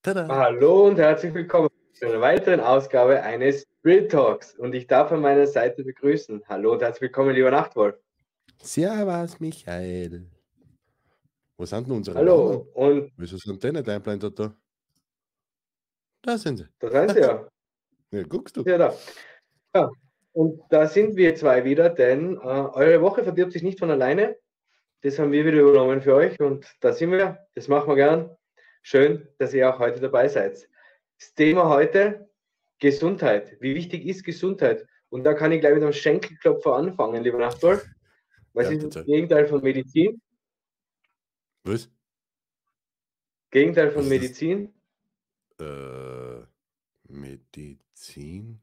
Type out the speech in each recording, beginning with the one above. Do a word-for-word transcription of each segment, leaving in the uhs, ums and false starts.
Tada. Hallo und herzlich willkommen zu einer weiteren Ausgabe eines Real Talks. Und ich darf an meiner Seite begrüßen. Hallo und herzlich willkommen, lieber Nachtwolf. Servus, Michael. Wo sind denn unsere Hallo. Damen? Und Wieso sind die nicht einblendet da? Da sind sie. da sind sie ja. Ja, guckst du. Ja, da. Ja. Und da sind wir zwei wieder, denn äh, eure Woche verdirbt sich nicht von alleine. Das haben wir wieder übernommen für euch und da sind wir. Das machen wir gern. Schön, dass ihr auch heute dabei seid. Das Thema heute: Gesundheit. Wie wichtig ist Gesundheit? Und da kann ich gleich mit einem Schenkelklopfer anfangen, lieber Nachtwolf. Was Ja, ist das bitte. Gegenteil von Medizin? Was? Gegenteil Was von ist Medizin? das? Äh, Medizin?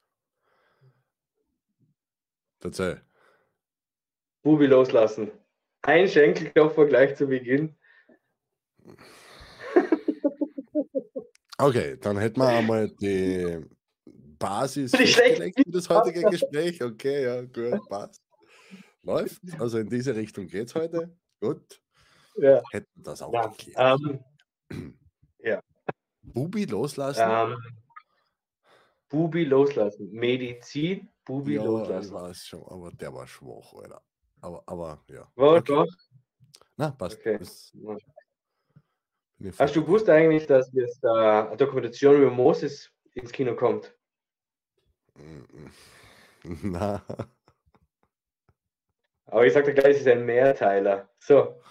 Verzeih. Bubi loslassen. Ein Schenkelklopfer gleich zu Beginn. Okay, dann hätten wir einmal die Basis Die festgelegt schlechte- für das heutige Gespräch. Okay, ja, gut, passt. Läuft. Also in diese Richtung geht es heute. Gut. Ja. Hätten wir das auch Ja, geklärt. ähm, ja. Bubi loslassen? Ähm, Bubi loslassen. Medizin, Bubi Ja, ich loslassen. weiß schon, aber der war schwach, Alter. Aber, aber ja. War Okay. doch. Na, passt. Okay. Das bin ich voll Hast du bei dir. gewusst eigentlich, dass jetzt äh, eine Dokumentation über Moses ins Kino kommt? Mm, Na, Aber ich sage dir gleich, es ist ein Mehrteiler. So.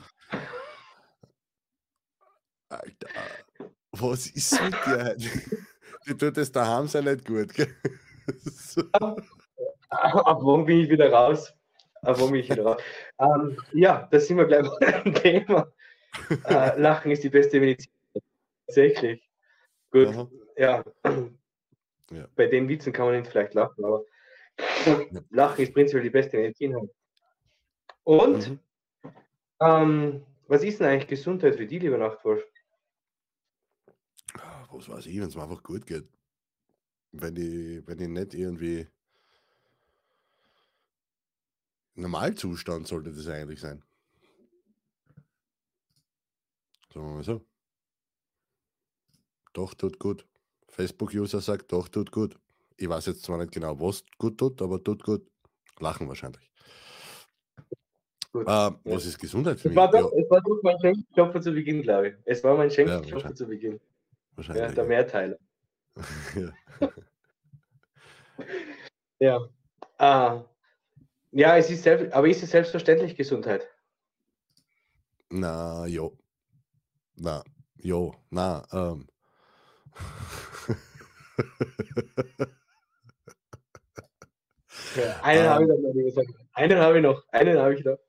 Alter, was ist mit dir heute? Die tut das daheim sein nicht gut, gell? So. Ab wann bin ich wieder raus? Ab wann bin ich wieder raus? Ähm, ja, da sind wir gleich beim Thema. Äh, Lachen ist die beste Medizin. Tatsächlich. Gut. Aha. Ja. Ja. Bei den Witzen kann man nicht vielleicht lachen, aber Ja. Lachen ist prinzipiell die beste Medizin. Und Mhm. ähm, was ist denn eigentlich Gesundheit für die, lieber Nachtwolf? Was weiß ich, wenn es mir einfach gut geht. Wenn ich, wenn ich nicht irgendwie Normalzustand sollte das eigentlich sein. Sagen wir mal so. Doch, tut gut. Facebook-User sagt, doch, tut gut. Ich weiß jetzt zwar nicht genau, was gut tut, aber tut gut. Lachen wahrscheinlich. Gut. Äh, Ja. Was ist Gesundheit für Es mich? war, Ja, doch, es war doch mein Schenkelklopfer zu Beginn, glaube ich. Es war mein Schenkelklopfer wahrscheinlich. zu Beginn. Ja, wahrscheinlich. der Ja. Mehrteiler. Ja. Ja. Ah, ja, es ist selbst, aber ist es selbstverständlich Gesundheit? Na, ja. Na, ja, na, ähm. Ja, einen habe ich Ähm, noch, lieber gesagt. Einen habe ich noch. Einen habe ich noch.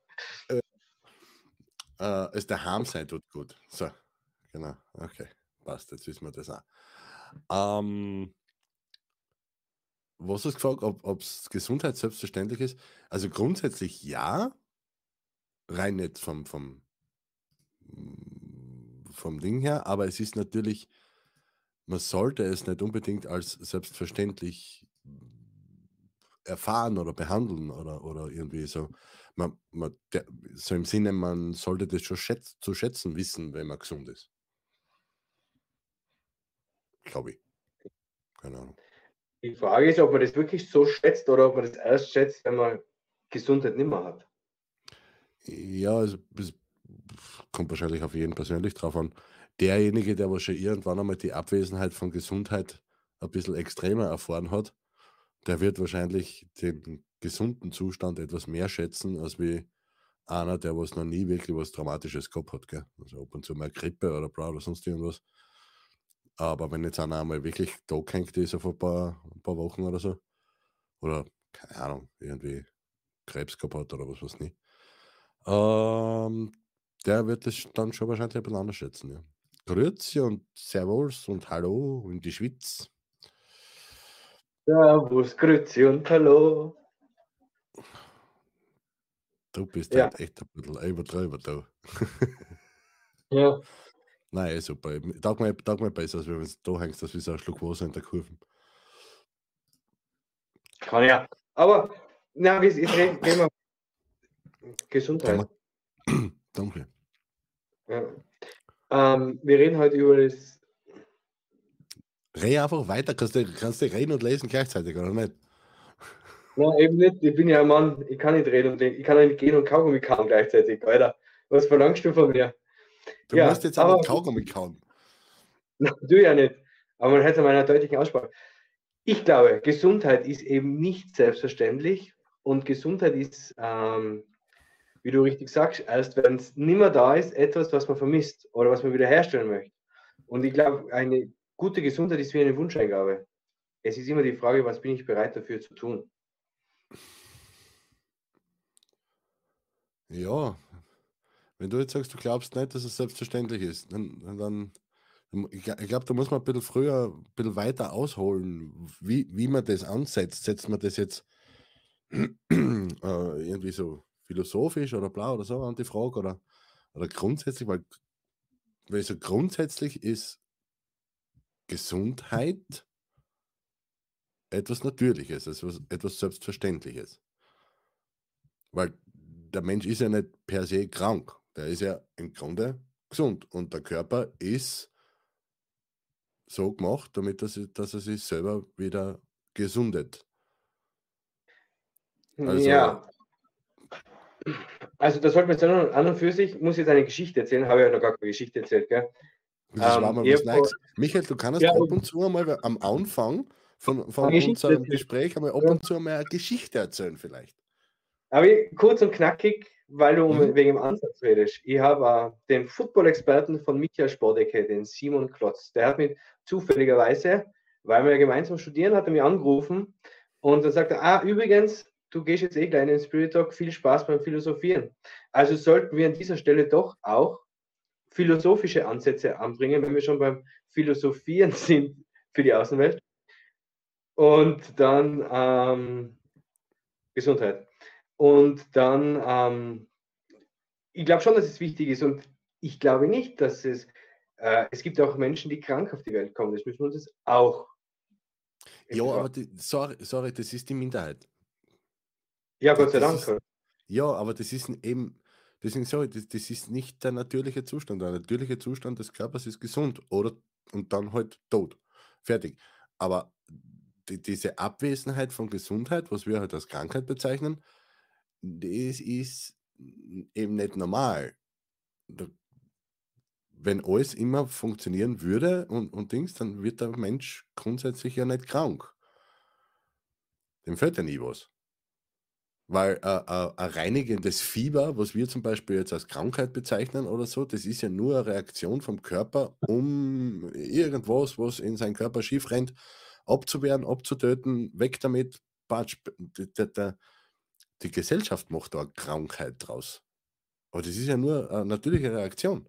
äh, es daheim sein tut gut. So, genau. Okay, passt. Jetzt wissen wir das auch. Ähm, was hast du gefragt, ob es Gesundheit selbstverständlich ist? Also grundsätzlich ja, rein nicht vom, vom, vom Ding her, aber es ist natürlich, man sollte es nicht unbedingt als selbstverständlich erfahren oder behandeln oder, oder irgendwie so. Man, man, der, so im Sinne, man sollte das schon schätz, zu schätzen wissen, wenn man gesund ist. Glaube ich. Keine Ahnung. Die Frage ist, ob man das wirklich so schätzt oder ob man das erst schätzt, wenn man Gesundheit nicht mehr hat. Ja, also, es kommt wahrscheinlich auf jeden persönlich drauf an. Derjenige, der aber schon irgendwann einmal die Abwesenheit von Gesundheit ein bisschen extremer erfahren hat, der wird wahrscheinlich den gesunden Zustand etwas mehr schätzen, als wie einer, der was noch nie wirklich was Dramatisches gehabt hat. Gell? Also ab und zu mal Grippe oder bla oder sonst irgendwas. Aber wenn jetzt einer einmal wirklich da hängt ist auf ein paar, ein paar Wochen oder so, oder keine Ahnung, irgendwie Krebs gehabt hat oder was weiß ich nicht, ähm, der wird das dann schon wahrscheinlich ein bisschen anders schätzen. Ja. Grüezi und Servus und Hallo in die Schweiz. Servus, Grüezi und Hallo. Du bist Ja. halt echt ein bisschen übertrieben, du. Ja. Nein, eh super. Tag mal, tag mal besser, als wenn du da hängst, dass wir so ein Schluck Wasser in der Kurve. Kann ja. Aber, na, wir jetzt reden wir Gesundheit. Danke. Ja. Ähm, wir reden heute über das Reh einfach weiter, kannst du, kannst du reden und lesen gleichzeitig, oder nicht? Na, eben nicht. Ich bin ja ein Mann, ich kann nicht reden und ich kann nicht gehen und Kaugummi kauen gleichzeitig, Alter. Was verlangst du von mir? Du musst Ja, jetzt auch aber nicht Kaugummi kauen. du ja nicht. Aber man hört es an meiner deutlichen Aussprache. Ich glaube, Gesundheit ist eben nicht selbstverständlich und Gesundheit ist, ähm, wie du richtig sagst, erst wenn es nicht mehr da ist, etwas, was man vermisst oder was man wiederherstellen möchte. Und ich glaube, eine gute Gesundheit ist wie eine Wunscheingabe. Es ist immer die Frage, was bin ich bereit dafür zu tun? Ja, wenn du jetzt sagst, du glaubst nicht, dass es selbstverständlich ist, dann, dann ich glaube, da muss man ein bisschen früher, ein bisschen weiter ausholen, wie, wie man das ansetzt. Setzt man das jetzt äh, irgendwie so philosophisch oder blau oder so an die Frage oder, oder grundsätzlich, weil, weil so grundsätzlich ist Gesundheit etwas Natürliches, etwas, etwas Selbstverständliches. Weil der Mensch ist ja nicht per se krank, der ist ja im Grunde gesund und der Körper ist so gemacht, damit er, dass er sich selber wieder gesundet. Also, Ja, also das sollte man jetzt an, an und für sich, muss ich jetzt eine Geschichte erzählen, habe ich ja noch gar keine Geschichte erzählt, gell? das war Ähm, mal ich was habe vor, Neues. Michael, du kannst ja, ab und zu einmal am Anfang von, eine von Geschichte unserem erzählt. Gespräch einmal ab Ja. und zu einmal eine Geschichte erzählen, vielleicht. Aber ich, kurz und knackig, weil du Mhm. wegen dem Ansatz redest. Ich habe äh, den Football-Experten von Michael Sportecke, den Simon Klotz, der hat mich zufälligerweise, weil wir ja gemeinsam studieren, hat er mich angerufen und dann sagt er, ah, übrigens, du gehst jetzt eh gleich in den Spirit Talk, viel Spaß beim Philosophieren. Also sollten wir an dieser Stelle doch auch philosophische Ansätze anbringen, wenn wir schon beim Philosophieren sind für die Außenwelt. Und dann ähm, Gesundheit. Und dann, ähm, ich glaube schon, dass es wichtig ist und ich glaube nicht, dass es, äh, es gibt auch Menschen, die krank auf die Welt kommen. Das müssen wir uns auch in Ja, aber Betracht. die, sorry, sorry, das ist die Minderheit. Ja, Das, Gott sei das Dank. ist, ja, aber das ist eben, deswegen sage ich, das, das ist nicht der natürliche Zustand. Der natürliche Zustand des Körpers ist gesund oder und dann halt tot. Fertig. Aber die, diese Abwesenheit von Gesundheit, was wir halt als Krankheit bezeichnen, das ist eben nicht normal. Da, wenn alles immer funktionieren würde und, und Dings, dann wird der Mensch grundsätzlich ja nicht krank. Dem fällt ja nie was. Weil äh, äh, ein reinigendes Fieber, was wir zum Beispiel jetzt als Krankheit bezeichnen oder so, das ist ja nur eine Reaktion vom Körper, um irgendwas, was in seinen Körper schief rennt, abzuwehren, abzutöten, weg damit. Patsch. Die, die, die Gesellschaft macht da eine Krankheit draus. Aber das ist ja nur eine natürliche Reaktion.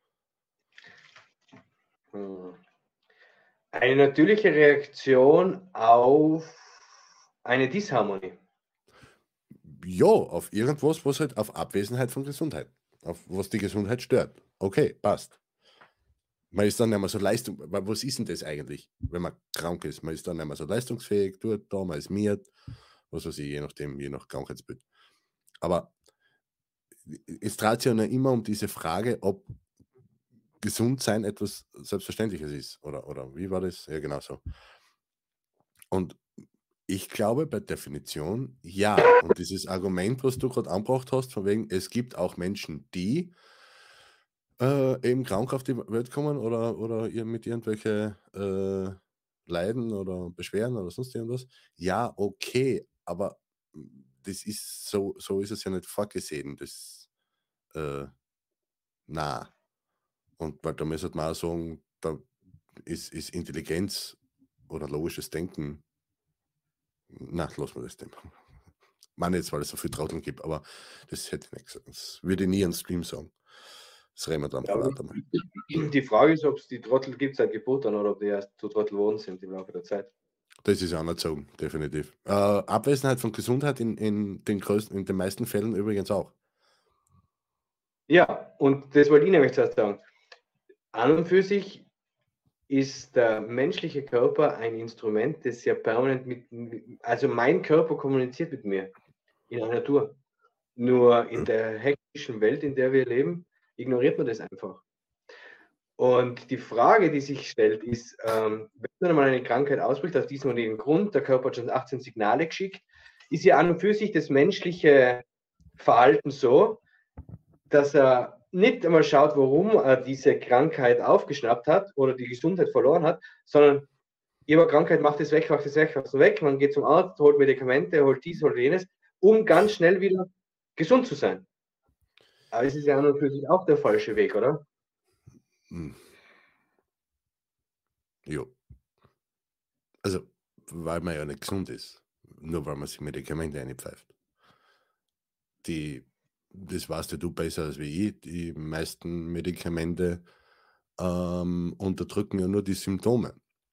Hm. Eine natürliche Reaktion auf eine Disharmonie. Ja, auf irgendwas, was halt auf Abwesenheit von Gesundheit, auf was die Gesundheit stört. Okay, passt. Man ist dann nicht mehr so leistung, weil was ist denn das eigentlich, wenn man krank ist? Man ist dann nicht mehr so leistungsfähig, tut da, man ist miert, was weiß ich, je nachdem, je nach Krankheitsbild. Aber es dreht sich ja nicht immer um diese Frage, ob gesund sein etwas Selbstverständliches ist. Oder, oder wie war das? Ja, genau so. Und ich glaube, bei Definition ja. Und dieses Argument, was du gerade angebracht hast, von wegen, es gibt auch Menschen, die äh, eben krank auf die Welt kommen oder, oder ihr mit irgendwelche äh, Leiden oder Beschwerden oder sonst irgendwas. Ja, okay, aber das ist so, so ist es ja nicht vorgesehen. Das, äh, na. Und weil da müsste man auch sagen, da ist, ist Intelligenz oder logisches Denken, na, lassen wir das Thema. Ich meine jetzt, weil es so viel Trotteln gibt, aber das hätte ich nicht gesagt. Das würde ich nie im Stream sagen. Das reden wir dann Ja, privat einmal. die Frage ist, ob es die Trottel gibt seit Geburt an oder ob die erst zu Trottel geworden sind im Laufe der Zeit. Das ist anerzogen, definitiv. Äh, Abwesenheit von Gesundheit in, in, den größten, in den meisten Fällen übrigens auch. Ja, und das wollte ich nämlich zuerst sagen. An und für sich ist der menschliche Körper ein Instrument, das ja permanent mit, also mein Körper kommuniziert mit mir in der Natur. Nur in der hektischen Welt, in der wir leben, ignoriert man das einfach. Und die Frage, die sich stellt, ist, ähm, wenn dann mal eine Krankheit ausbricht, aus diesem oder jenem Grund, der Körper hat schon achtzehn Signale geschickt, ist ja an und für sich das menschliche Verhalten so, dass er nicht einmal schaut, warum er diese Krankheit aufgeschnappt hat oder die Gesundheit verloren hat, sondern jede Krankheit macht es weg, macht es weg, macht es weg. Man geht zum Arzt, holt Medikamente, holt dies, holt jenes, um ganz schnell wieder gesund zu sein. Aber es ist ja an und für sich auch der falsche Weg, oder? Hm. Jo. Also, weil man ja nicht gesund ist, nur weil man sich Medikamente einpfeift. Die, das weißt ja du besser als wie ich, die meisten Medikamente ähm, unterdrücken ja nur die Symptome.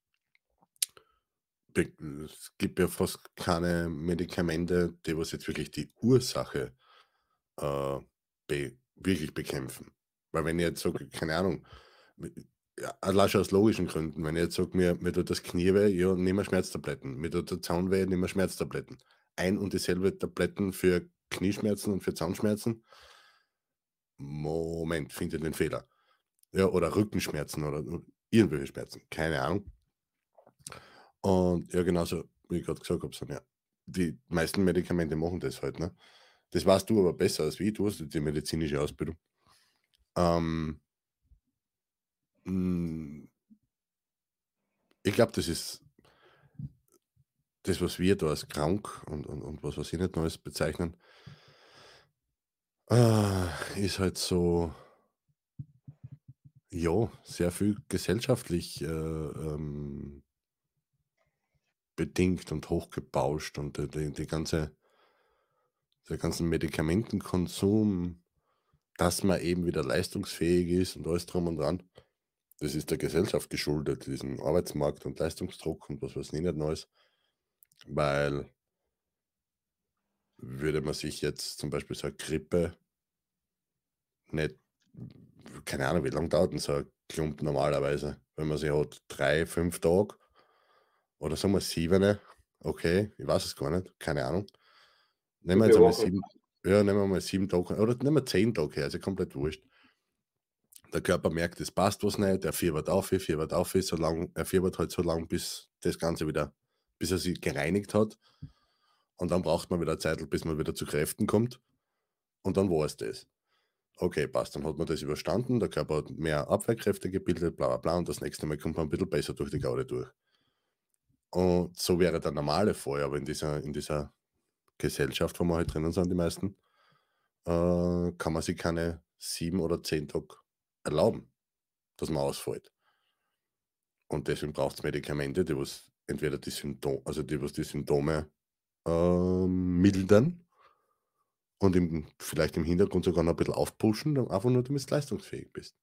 Be- Es gibt ja fast keine Medikamente, die was jetzt wirklich die Ursache äh, be wirklich bekämpfen. Weil wenn ich jetzt sage, keine Ahnung, mit- ja, allein schon aus logischen Gründen, wenn ich jetzt sage, mir, mir tut das Knie weh, ja, nehmen wir Schmerztabletten. Mir tut der Zaun weh, nehmen wir Schmerztabletten. Ein und dieselbe Tabletten für Knieschmerzen und für Zahnschmerzen. Moment, finde den Fehler. Ja, oder Rückenschmerzen oder irgendwelche Schmerzen, keine Ahnung. Und ja, genauso, wie ich gerade gesagt habe, sind ja, die meisten Medikamente machen das halt, ne? Das weißt du aber besser als wie, du hast die medizinische Ausbildung. Ähm, mh, ich glaube, das ist das, was wir da als krank und, und, und was, was ich nicht Neues bezeichnen, äh, ist halt so, ja, sehr viel gesellschaftlich äh, ähm, bedingt und hochgebauscht und die, die, die ganze, der ganzen Medikamentenkonsum, dass man eben wieder leistungsfähig ist und alles drum und dran. Das ist der Gesellschaft geschuldet, diesem Arbeitsmarkt und Leistungsdruck und was weiß ich nicht Neues. Weil würde man sich jetzt zum Beispiel so eine Grippe nicht, keine Ahnung, wie lange dauert denn so ein Klump normalerweise? Wenn man sie hat, drei, fünf Tage oder sagen wir sieben, okay, ich weiß es gar nicht, keine Ahnung. Nehmen wir jetzt Vier einmal Wochen. sieben, ja, nehmen wir mal sieben Tage oder nehmen wir zehn Tage her, also komplett wurscht. Der Körper merkt, es passt was nicht, er fiebert auf, er fiebert auf, so lang, er fiebert halt so lange, bis das Ganze wieder, bis er sich gereinigt hat. Und dann braucht man wieder Zeit, bis man wieder zu Kräften kommt. Und dann war es das. Okay, passt, dann hat man das überstanden, der Körper hat mehr Abwehrkräfte gebildet, bla bla bla, und das nächste Mal kommt man ein bisschen besser durch die Gaude durch. Und so wäre der normale Fall, aber in dieser, in dieser Gesellschaft, wo wir halt drinnen sind, die meisten, äh, kann man sich keine sieben oder zehn Tage erlauben, dass man ausfällt. Und deswegen braucht es Medikamente, die was entweder die Symptome, also die, was die Symptome ähm, mildern und im, vielleicht im Hintergrund sogar noch ein bisschen aufpushen, einfach nur, damit du leistungsfähig bist.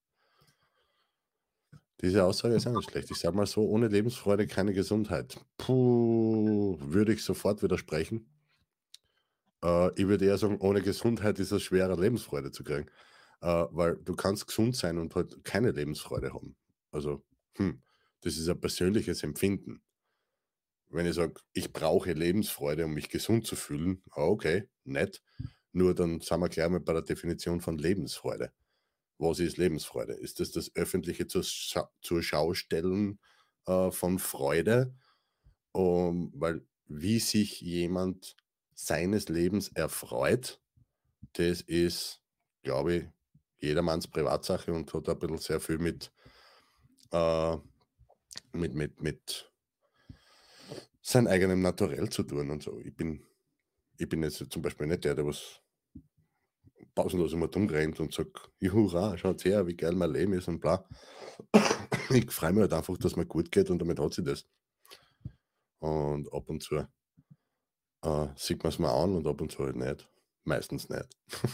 Diese Aussage ist auch nicht schlecht. Ich sage mal so, ohne Lebensfreude keine Gesundheit. Puh, würde ich sofort widersprechen. Äh, ich würde eher sagen, ohne Gesundheit ist es schwerer, Lebensfreude zu kriegen. Äh, weil du kannst gesund sein und halt keine Lebensfreude haben. Also, hm, das ist ein persönliches Empfinden. Wenn ich sage, ich brauche Lebensfreude, um mich gesund zu fühlen, ah, okay, nett. Nur dann sind wir gleich mal bei der Definition von Lebensfreude. Was ist Lebensfreude? Ist das das öffentliche zur, Scha zur Schaustellen äh, von Freude? Um, weil wie sich jemand seines Lebens erfreut, das ist, glaube ich, jedermanns Privatsache und hat ein bisschen sehr viel mit, äh, mit, mit, mit seinem eigenen Naturell zu tun und so. Ich bin, ich bin jetzt zum Beispiel nicht der, der was pausenlos immer dumm rennt und sagt, hurra, schaut her, wie geil mein Leben ist und bla. Ich freue mich halt einfach, dass mir gut geht und damit hat sie das. Und ab und zu äh, sieht man es mal an und ab und zu halt nicht. Meistens nicht.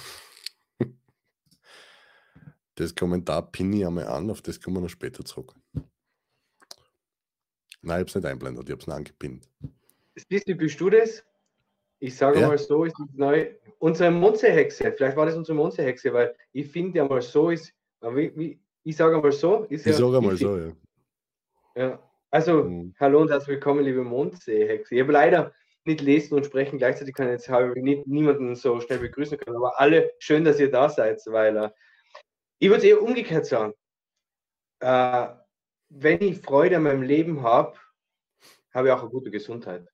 Das Kommentar pinne ich einmal an, auf das kommen wir noch später zurück. Nein, ich habe es nicht einblendet, ich habe es nur angepinnt. Siehst du, bist du das? Ich sage Ja? mal so, ist das neu. Unsere Monsterhexe, vielleicht war das unsere Monsterhexe, weil ich finde ja mal so ist, wie, wie, ich sage mal so, ist Ich ja, sage ich einmal finde, so, ja. ja. Also, Hm. hallo und herzlich willkommen, liebe Mondseehexe. Ich habe leider nicht lesen und sprechen gleichzeitig, kann jetzt habe nicht, niemanden so schnell begrüßen können, aber alle schön, dass ihr da seid, weil äh, ich würde es eher umgekehrt sagen. äh, wenn ich Freude an meinem Leben habe, habe ich auch eine gute Gesundheit.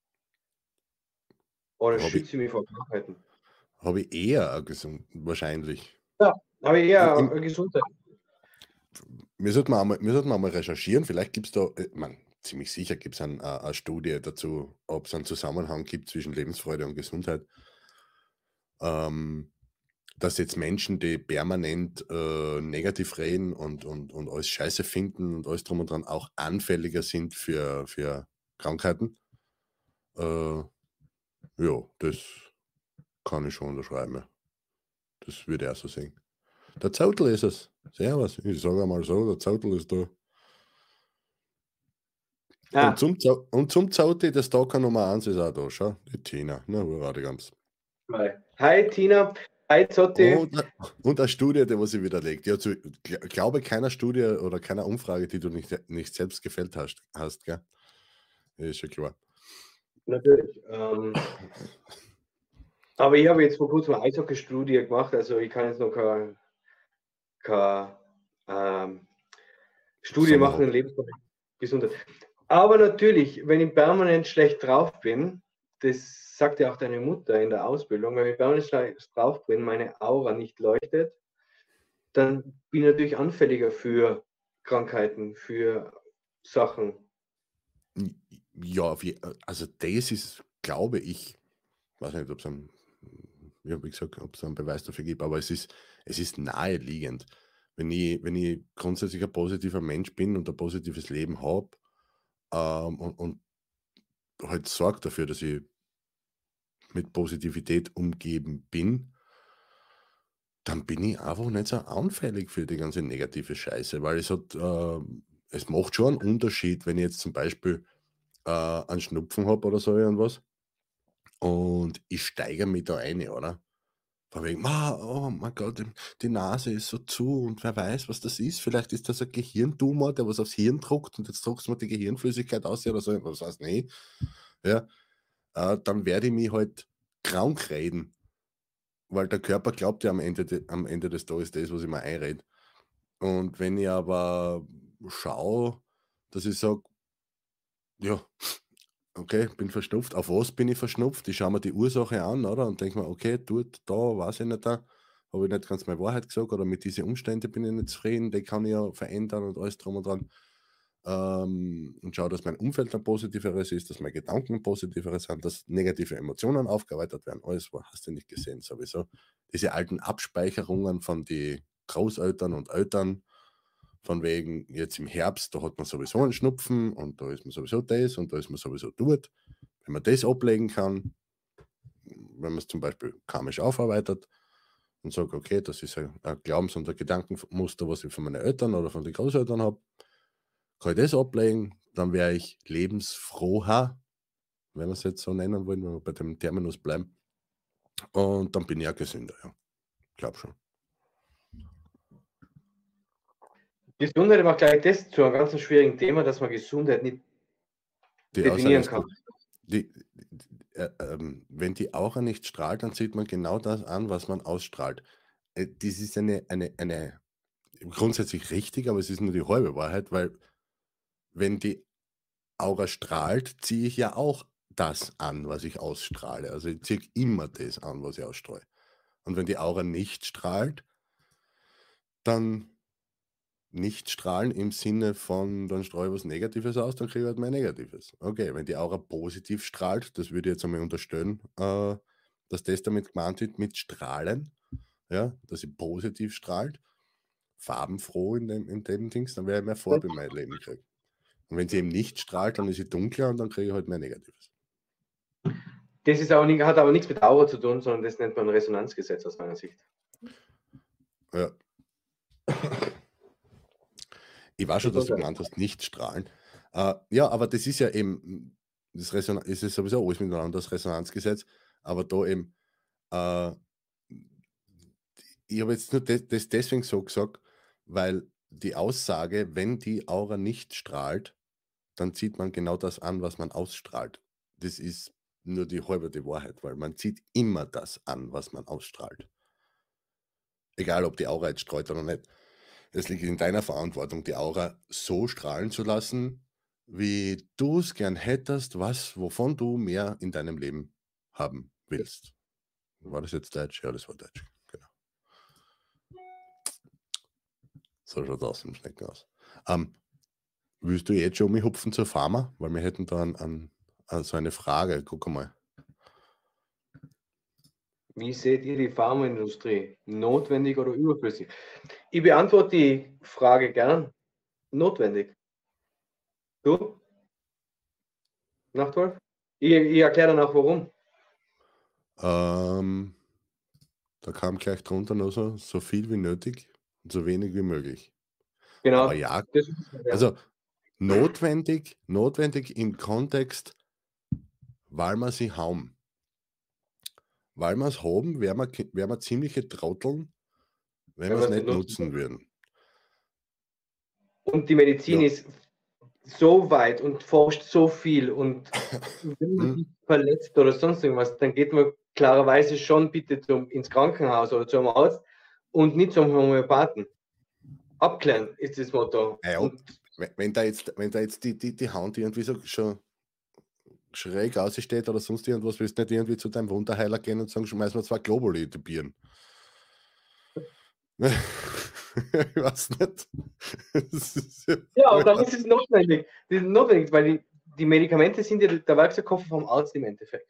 Oder Habe ich, schütze mich vor Krankheiten. hab ich eher gesund, wahrscheinlich. Ja, habe ich Im, eher im, eine Gesundheit. wir sollten mal, wir sollten mal recherchieren, vielleicht gibt es da, äh, man, ziemlich sicher gibt es ein, äh, eine Studie dazu, ob es einen Zusammenhang gibt zwischen Lebensfreude und Gesundheit. Ähm, dass jetzt Menschen, die permanent äh, negativ reden und, und, und alles scheiße finden und alles drum und dran, auch anfälliger sind für, für Krankheiten. Äh, ja, das kann ich schon unterschreiben. Ja. Das würde ich auch so sehen. Der Zautel ist es. Servus. Ich sage einmal so, der Zautel ist da. Und Ah, zum, Zau und zum Zauti, das Talker Nummer eins ist auch da. Schau, die Tina. Na, hurra, die ganz. hi Tina, hi Zotti. Und, und eine Studie, die was sie widerlegt. Ja, zu, gl- glaube keiner Studie oder keiner Umfrage, die du nicht, nicht selbst gefällt hast, hast, gell? Ist schon klar. Natürlich. Ähm, aber ich habe jetzt vor kurzem eine Eishockey-Studie gemacht, also ich kann jetzt noch keine, keine ähm, Studie Sommer machen in hocken. Lebensgesundheit. Aber natürlich, wenn ich permanent schlecht drauf bin, das sagt ja auch deine Mutter in der Ausbildung, wenn ich permanent schlecht drauf bin, meine Aura nicht leuchtet, dann bin ich natürlich anfälliger für Krankheiten, für Sachen. Ja, auf je, also das ist, glaube ich, weiß nicht, ob es einen, ja, wie gesagt, ob es einen Beweis dafür gibt, aber es ist, es ist naheliegend. Wenn ich, wenn ich grundsätzlich ein positiver Mensch bin und ein positives Leben habe ähm, und, und halt sorge dafür, dass ich mit Positivität umgeben bin, dann bin ich einfach nicht so anfällig für die ganze negative Scheiße, weil es hat, äh, es macht schon einen Unterschied, wenn ich jetzt zum Beispiel äh, einen Schnupfen habe oder so irgendwas und ich steigere mich da ein, oder? Von wegen, "Ma, oh mein Gott, die die Nase ist so zu und wer weiß, was das ist. Vielleicht ist das ein Gehirntumor, der was aufs Hirn druckt und jetzt druckst du mir die Gehirnflüssigkeit aus oder so, was weiß nicht. Ja, äh, dann werde ich mich halt krank reden, weil der Körper glaubt ja am Ende, de, am Ende des Tages das, was ich mir einrede. Und wenn ich aber schaue, dass ich sage, ja, okay, bin verschnupft. Auf was bin ich verschnupft? Ich schaue mir die Ursache an, oder? Und denke mir, okay, dort, da, weiß ich nicht, da habe ich nicht ganz meine Wahrheit gesagt oder mit diesen Umständen bin ich nicht zufrieden, die kann ich ja verändern und alles drum und dran. Ähm, und schaue, dass mein Umfeld ein positiveres ist, dass meine Gedanken ein positiveres sind, dass negative Emotionen aufgearbeitet werden. Alles war, hast du nicht gesehen, sowieso. Diese alten Abspeicherungen von den Großeltern und Eltern, von wegen jetzt im Herbst, da hat man sowieso einen Schnupfen und da ist man sowieso das und da ist man sowieso dort. Wenn man das ablegen kann, wenn man es zum Beispiel karmisch aufarbeitet und sagt, okay, das ist ein, ein Glaubens- und ein Gedankenmuster, was ich von meinen Eltern oder von den Großeltern habe, kann ich das ablegen, dann wäre ich lebensfroher, wenn wir es jetzt so nennen wollen, wenn wir bei dem Terminus bleiben. Und dann bin ich auch gesünder, ja. Ich glaube schon. Gesundheit macht gleich das zu einem ganz schwierigen Thema, dass man Gesundheit nicht Die Aussage definieren ist kann. gut. Die, äh, ähm, wenn die Aura nicht strahlt, dann sieht man genau das an, was man ausstrahlt. Äh, das ist eine, eine, eine grundsätzlich richtig, aber es ist nur die halbe Wahrheit, weil wenn die Aura strahlt, ziehe ich ja auch das an, was ich ausstrahle. Also ich ziehe immer das an, was ich ausstreue. Und wenn die Aura nicht strahlt, dann nicht strahlen im Sinne von, dann streue ich was Negatives aus, dann kriege ich halt mehr Negatives. Okay, wenn die Aura positiv strahlt, das würde ich jetzt einmal unterstellen, äh, dass das damit gemeint wird mit Strahlen, ja, dass sie positiv strahlt, farbenfroh in dem, in dem Dings, dann werde ich mehr Farbe in mein Leben kriegen. Und wenn sie eben nicht strahlt, dann ist sie dunkler und dann kriege ich halt mehr Negatives. Das ist auch nicht, hat aber nichts mit Aura zu tun, sondern das nennt man Resonanzgesetz aus meiner Sicht. Ja. Ich weiß schon, dass du gemeint hast, nicht strahlen. Äh, ja, aber das ist ja eben, das Reson ist es sowieso alles miteinander, das Resonanzgesetz, aber da eben, äh, ich habe jetzt nur das, das deswegen so gesagt, weil die Aussage, wenn die Aura nicht strahlt, dann zieht man genau das an, was man ausstrahlt. Das ist nur die halbe die Wahrheit, weil man zieht immer das an, was man ausstrahlt. Egal, ob die Aura jetzt strahlt oder nicht. Es liegt in deiner Verantwortung, die Aura so strahlen zu lassen, wie du es gern hättest, was, wovon du mehr in deinem Leben haben willst. War das jetzt Deutsch? Ja, das war Deutsch. Genau. So schaut es aus im Schneckenhaus. Ähm, willst du jetzt schon um mich hupfen zur Pharma? Weil wir hätten da an, an, an so eine Frage. Guck mal. Wie seht ihr die Pharmaindustrie? Notwendig oder überflüssig? Ich beantworte die Frage gern. Notwendig. Du? Nachtwolf? Ich, ich erkläre dann auch warum. Ähm, da kam gleich drunter nur so, so viel wie nötig und so wenig wie möglich. Genau. Aber ja, Das ist, ja. also notwendig, notwendig im Kontext, weil wir sie haben. Weil wir es haben, wären wir, wär wir ziemliche Trotteln, wenn, wenn wir es nicht nutzen nutzen würden. Und die Medizin Ja. ist so weit und forscht so viel und wenn man sich verletzt oder sonst irgendwas, dann geht man klarerweise schon bitte zum, ins Krankenhaus oder zum Arzt und nicht zum Homöopathen. Abklären ist das Motto. Ja, und wenn, wenn da jetzt, wenn da jetzt die, die, die Hand irgendwie so schon schräg aussteht oder sonst irgendwas, willst du nicht irgendwie zu deinem Wunderheiler gehen und sagen, schmeiß mir zwei Globuli die Bieren. Ich weiß nicht. ja, ja, und dann ist es notwendig. Das ist notwendig, weil die, die Medikamente sind ja der Werkzeugkoffer vom Arzt im Endeffekt.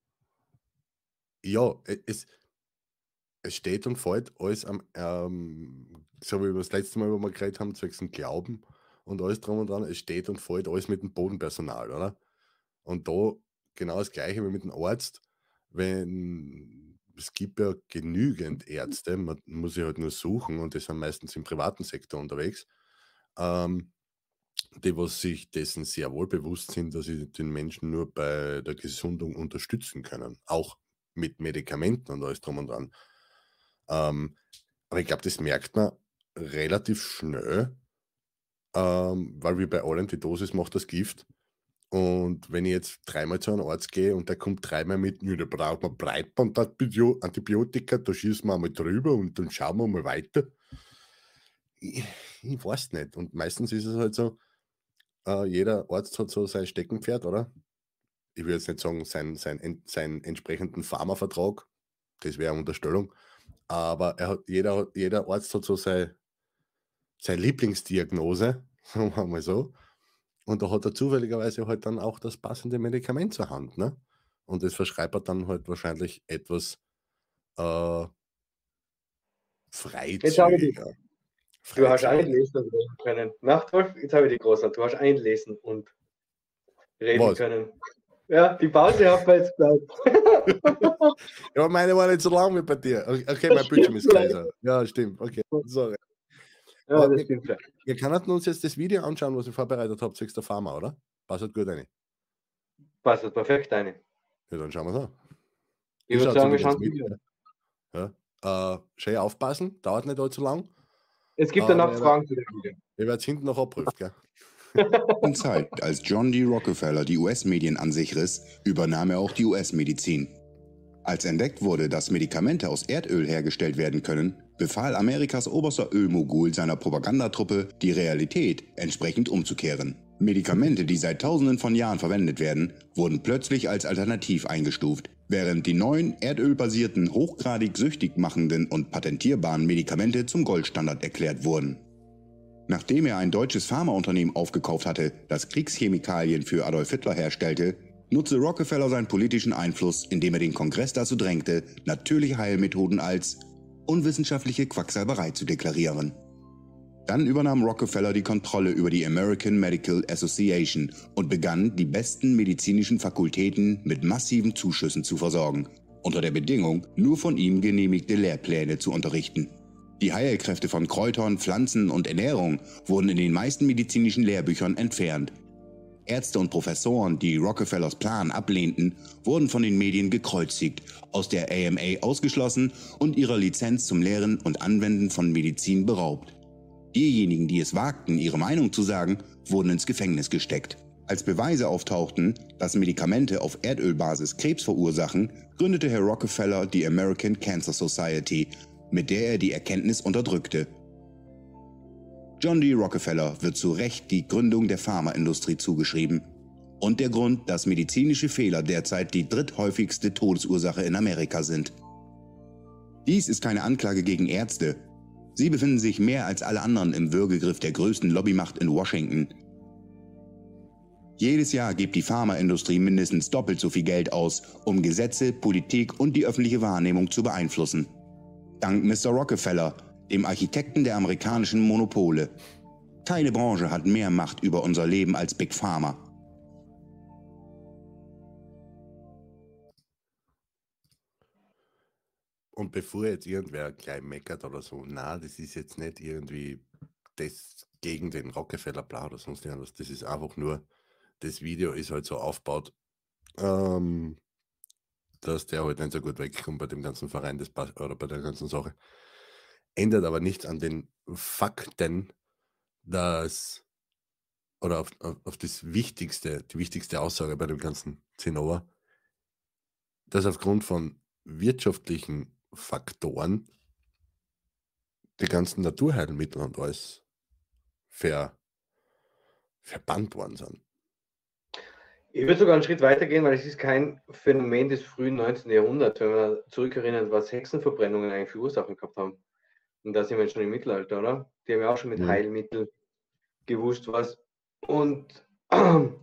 Ja, es, es steht und fällt alles am, ähm, so wie wir das letzte Mal, wo wir geredet haben, zwecks dem Glauben und alles drum und dran, es steht und fällt alles mit dem Bodenpersonal, oder? Und da genau das Gleiche wie mit dem Arzt, wenn es gibt ja genügend Ärzte, man muss sie halt nur suchen und die sind meistens im privaten Sektor unterwegs, ähm, die was sich dessen sehr wohl bewusst sind, dass sie den Menschen nur bei der Gesundung unterstützen können, auch mit Medikamenten und alles drum und dran. Ähm, aber ich glaube, das merkt man relativ schnell, ähm, weil wie bei allem, die Dosis macht das Gift. Und wenn ich jetzt dreimal zu einem Arzt gehe und der kommt dreimal mit, ja, da braucht man Breitband Antibiotika, da schießen wir einmal drüber und dann schauen wir mal weiter. Ich, ich weiß nicht. Und meistens ist es halt so, äh, jeder Arzt hat so sein Steckenpferd, oder? Ich will jetzt nicht sagen, sein, sein, seinen entsprechenden Pharmavertrag, das wäre eine Unterstellung, aber er hat, jeder, jeder Arzt hat so seine, seine Lieblingsdiagnose, sagen wir mal so. Und da hat er zufälligerweise halt dann auch das passende Medikament zur Hand, ne? Und das verschreibt er dann halt wahrscheinlich etwas äh, freizügiger. Du hast einlesen können. Nachtwolf, jetzt habe ich die Große. Du hast einlesen und reden Was? können. Ja, die Pause hat mir jetzt bleibt. Ja, meine war nicht so lang wie bei dir. Okay, mein Bildschirm ist leiser. Ja, stimmt. Okay, sorry. Ja, das stimmt. Wir, wir können uns jetzt das Video anschauen, was ihr vorbereitet habt, zwecks der Pharma, oder? Passt halt gut rein. Passt halt perfekt rein. Ja, dann schauen wir es an. Ich, ich würde sagen, wir schauen mit. Ja. Äh, schön aufpassen, dauert nicht allzu lang. Es gibt danach äh, Fragen zu dem Video. Ich werde es hinten noch abprüft, gell? In Zeit, als John D. Rockefeller die U S-Medien an sich riss, übernahm er auch die U S-Medizin. Als entdeckt wurde, dass Medikamente aus Erdöl hergestellt werden können, befahl Amerikas oberster Ölmogul seiner Propagandatruppe, die Realität entsprechend umzukehren. Medikamente, die seit Tausenden von Jahren verwendet werden, wurden plötzlich als alternativ eingestuft, während die neuen erdölbasierten, hochgradig süchtig machenden und patentierbaren Medikamente zum Goldstandard erklärt wurden. Nachdem er ein deutsches Pharmaunternehmen aufgekauft hatte, das Kriegschemikalien für Adolf Hitler herstellte, nutzte Rockefeller seinen politischen Einfluss, indem er den Kongress dazu drängte, natürliche Heilmethoden als unwissenschaftliche Quacksalberei zu deklarieren. Dann übernahm Rockefeller die Kontrolle über die American Medical Association und begann, die besten medizinischen Fakultäten mit massiven Zuschüssen zu versorgen, unter der Bedingung, nur von ihm genehmigte Lehrpläne zu unterrichten. Die Heilkräfte von Kräutern, Pflanzen und Ernährung wurden in den meisten medizinischen Lehrbüchern entfernt. Ärzte und Professoren, die Rockefellers Plan ablehnten, wurden von den Medien gekreuzigt, aus der A M A ausgeschlossen und ihrer Lizenz zum Lehren und Anwenden von Medizin beraubt. Diejenigen, die es wagten, ihre Meinung zu sagen, wurden ins Gefängnis gesteckt. Als Beweise auftauchten, dass Medikamente auf Erdölbasis Krebs verursachen, gründete Herr Rockefeller die American Cancer Society, mit der er die Erkenntnis unterdrückte. John D. Rockefeller wird zu Recht die Gründung der Pharmaindustrie zugeschrieben und der Grund, dass medizinische Fehler derzeit die dritthäufigste Todesursache in Amerika sind. Dies ist keine Anklage gegen Ärzte. Sie befinden sich mehr als alle anderen im Würgegriff der größten Lobbymacht in Washington. Jedes Jahr gibt die Pharmaindustrie mindestens doppelt so viel Geld aus, um Gesetze, Politik und die öffentliche Wahrnehmung zu beeinflussen. Dank Mister Rockefeller, dem Architekten der amerikanischen Monopole. Keine Branche hat mehr Macht über unser Leben als Big Pharma. Und bevor jetzt irgendwer gleich meckert oder so, na, das ist jetzt nicht irgendwie das gegen den Rockefeller bla oder sonst irgendwas. Das ist einfach nur, das Video ist halt so aufgebaut, ähm, dass der halt nicht so gut wegkommt bei dem ganzen Verein das passt, oder bei der ganzen Sache. Ändert aber nichts an den Fakten, dass, oder auf, auf, auf das Wichtigste, die wichtigste Aussage bei dem ganzen Zinnober, dass aufgrund von wirtschaftlichen Faktoren die ganzen Naturheilmittel und alles ver, verbannt worden sind. Ich würde sogar einen Schritt weiter gehen, weil es ist kein Phänomen des frühen neunzehnten Jahrhunderts, wenn man zurückerinnert, was Hexenverbrennungen eigentlich für Ursachen gehabt haben. Und da sind wir schon im Mittelalter, oder? Die haben ja auch schon mit Mhm. Heilmitteln gewusst, was. Und ähm,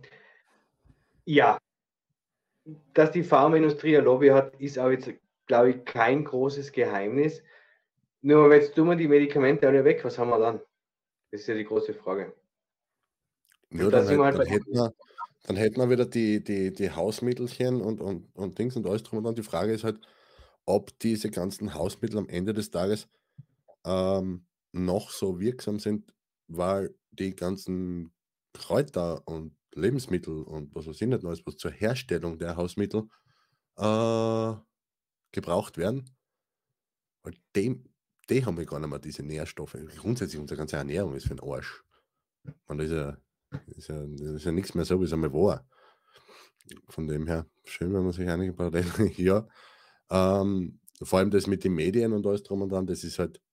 ja, dass die Pharmaindustrie eine Lobby hat, ist auch jetzt, glaube ich, kein großes Geheimnis. Nur jetzt tun wir die Medikamente alle weg, was haben wir dann? Das ist ja die große Frage. Ja, Und da dann, sind wir halt, halt dann, bei- hätten wir, dann hätten wir wieder die, die, die Hausmittelchen und, und, und Dings und alles drum und dran. Die Frage ist halt, ob diese ganzen Hausmittel am Ende des Tages ähm, noch so wirksam sind, weil die ganzen Kräuter und Lebensmittel und was weiß ich nicht alles, was zur Herstellung der Hausmittel äh, gebraucht werden. Und dem, die haben wir gar nicht mehr diese Nährstoffe. Grundsätzlich unsere ganze Ernährung ist für den Arsch. Und das ist ja, ist ja, das ist ja nichts mehr so, wie es einmal war. Von dem her, schön, wenn man sich einige Parallelen, ja. Ähm, vor allem das mit den Medien und alles drum und dran, das ist halt,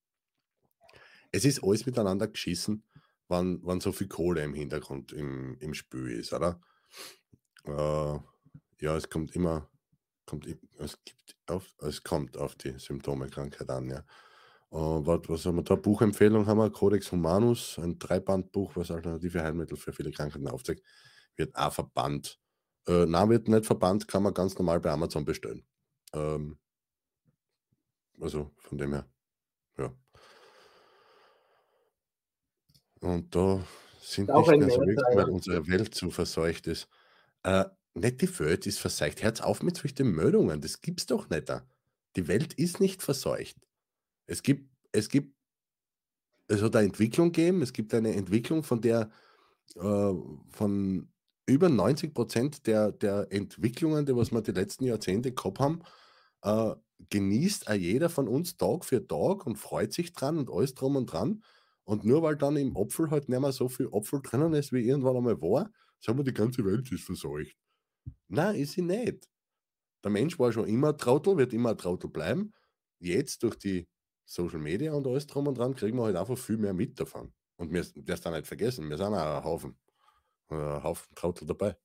es ist alles miteinander geschissen, wann, wann so viel Kohle im Hintergrund im, im Spiel ist, oder? Äh, ja, es kommt immer, kommt, i- es, gibt auf, es kommt auf die Symptome Krankheit an, ja. Äh, was, was haben wir da? Buchempfehlung haben wir, Codex Humanus, ein Dreibandbuch, was alternative Heilmittel für viele Krankheiten aufzeigt, wird auch verbannt. Äh, nein, wird nicht verbannt, kann man ganz normal bei Amazon bestellen. Ähm, also von dem her, ja. Und da sind Auch nicht ein mehr so Mensch, wirklich, weil ja. unsere Welt zu verseucht ist. Äh, nicht die Welt ist verseucht. Hört auf mit solchen Meldungen. Das gibt's doch nicht. Da. Die Welt ist nicht verseucht. Es gibt, es gibt, es hat eine Entwicklung gegeben. Es gibt eine Entwicklung, von der äh, von über neunzig Prozent der, der Entwicklungen, die was wir die letzten Jahrzehnte gehabt haben, äh, genießt auch jeder von uns Tag für Tag und freut sich dran und alles drum und dran. Und nur weil dann im Apfel halt nicht mehr so viel Apfel drinnen ist, wie irgendwann einmal war, sagen wir, die ganze Welt ist verseucht. Nein, ist sie nicht. Der Mensch war schon immer ein Trottel, wird immer ein Trottel bleiben. Jetzt durch die Social Media und alles drum und dran kriegen wir halt einfach viel mehr mit davon. Und wir das dann nicht vergessen, wir sind auch ein Haufen, äh, ein Haufen Trottel dabei.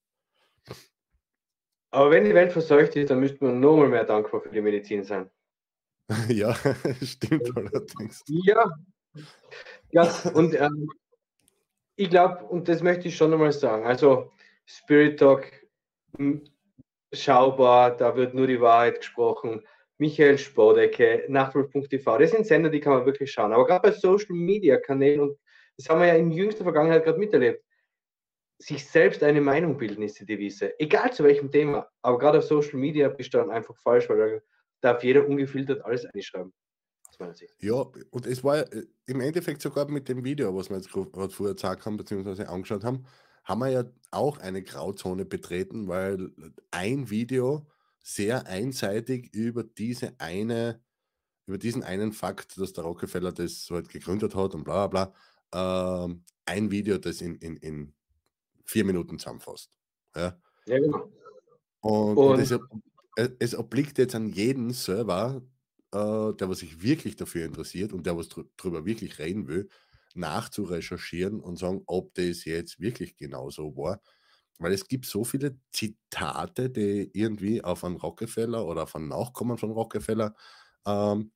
Aber wenn die Welt verseucht ist, dann müsste man nochmal mehr dankbar für die Medizin sein. Ja, stimmt allerdings. Ja, ja, und ähm, ich glaube, und das möchte ich schon einmal sagen, also Spirit Talk, m, schaubar, da wird nur die Wahrheit gesprochen. Michael Spodecke, Nachtwolf Punkt t v, das sind Sender, die kann man wirklich schauen. Aber gerade bei Social Media Kanälen, und das haben wir ja in jüngster Vergangenheit gerade miterlebt, sich selbst eine Meinung bilden ist die Devise. Egal zu welchem Thema, aber gerade auf Social Media bist du dann einfach falsch, weil da darf jeder ungefiltert alles einschreiben. Aus meiner Sicht. Ja, und es war äh, im Endeffekt sogar mit dem Video, was wir jetzt gerade vorher gesagt haben, beziehungsweise angeschaut haben, haben wir ja auch eine Grauzone betreten, weil ein Video sehr einseitig über diese eine, über diesen einen Fakt, dass der Rockefeller das halt gegründet hat und bla bla bla, ähm, ein Video, das in, in, in vier Minuten zusammenfasst. Ja? Ja, genau. Und, und Und es, es, es obliegt jetzt an jeden Server, äh, der was sich wirklich dafür interessiert und der was drü- drüber wirklich reden will, nachzurecherchieren und sagen, ob das jetzt wirklich genauso war. Weil es gibt so viele Zitate, die irgendwie auf einen Rockefeller oder auf einen Nachkommen von Rockefeller ähm,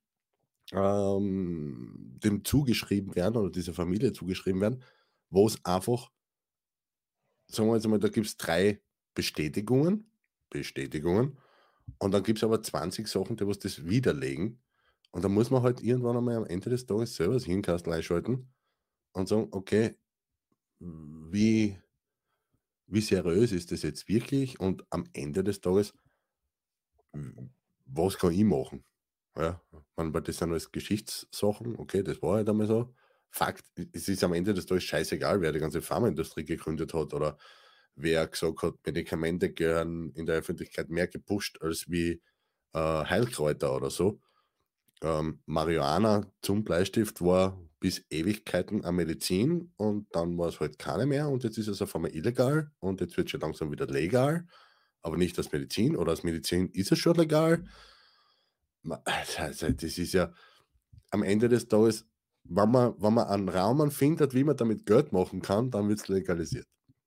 ähm, dem zugeschrieben werden oder dieser Familie zugeschrieben werden, wo es einfach, sagen wir jetzt mal, da gibt es drei Bestätigungen, Bestätigungen, und dann gibt es aber zwanzig Sachen, die was das widerlegen. Und da muss man halt irgendwann einmal am Ende des Tages selber das Hirnkastel einschalten und sagen, okay, wie, wie seriös ist das jetzt wirklich? Und am Ende des Tages, w- was kann ich machen? Ja, man, weil das sind alles Geschichtssachen, okay, das war halt einmal so. Fakt, es ist am Ende des Tages scheißegal, wer die ganze Pharmaindustrie gegründet hat oder wer gesagt hat, Medikamente gehören in der Öffentlichkeit mehr gepusht als wie äh, Heilkräuter oder so. Ähm, Marihuana zum Bleistift war bis Ewigkeiten eine Medizin und dann war es halt keine mehr und jetzt ist es auf einmal illegal und jetzt wird es schon langsam wieder legal, aber nicht als Medizin oder als Medizin ist es schon legal. Ma- Also, das ist ja am Ende des Tages, wenn man, wenn man einen Raum findet, wie man damit Geld machen kann, dann wird es legalisiert.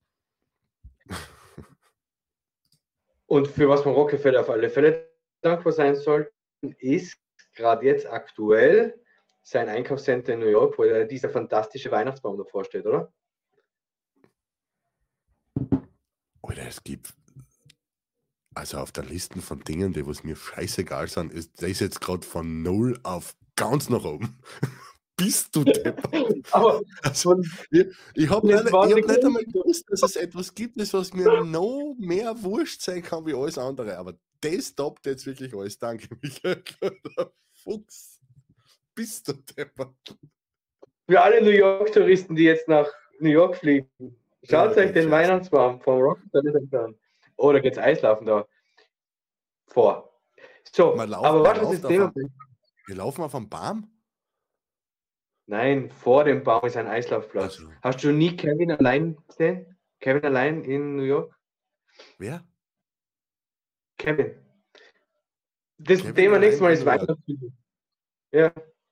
Und für was man Rockefeller auf alle Fälle dankbar sein sollten, ist gerade jetzt aktuell sein Einkaufscenter in New York, wo ja dieser fantastische Weihnachtsbaum davor steht, oder? Oder es gibt, also auf der Liste von Dingen, die was mir scheißegal sind, ist, der ist jetzt gerade von null auf ganz nach oben. Bist du deppert? Aber Also, von ich ich habe den nicht, ich hab zwanzig nicht einmal gewusst, dass es etwas gibt, das was mir noch mehr wurscht sein kann wie alles andere. Aber das toppt jetzt wirklich alles. Danke, Michael. Fuchs. Bist du deppert? für alle New York-Touristen, die jetzt nach New York fliegen, Ja, schaut euch geht den scheiße. Weihnachtsbaum vom Rockefeller an. Oh, da geht's Eislaufen da vor. So, Man lauft, aber man was ist das läuft auf Thema? einem, wir laufen auf einem Baum? Nein, vor dem Baum ist ein Eislaufplatz. Also, Hast du nie Kevin allein gesehen? Kevin allein in New York? wer? Kevin. Das Kevin Thema nächstes Mal allein ist in New York. Weihnachtsfilm. Ja,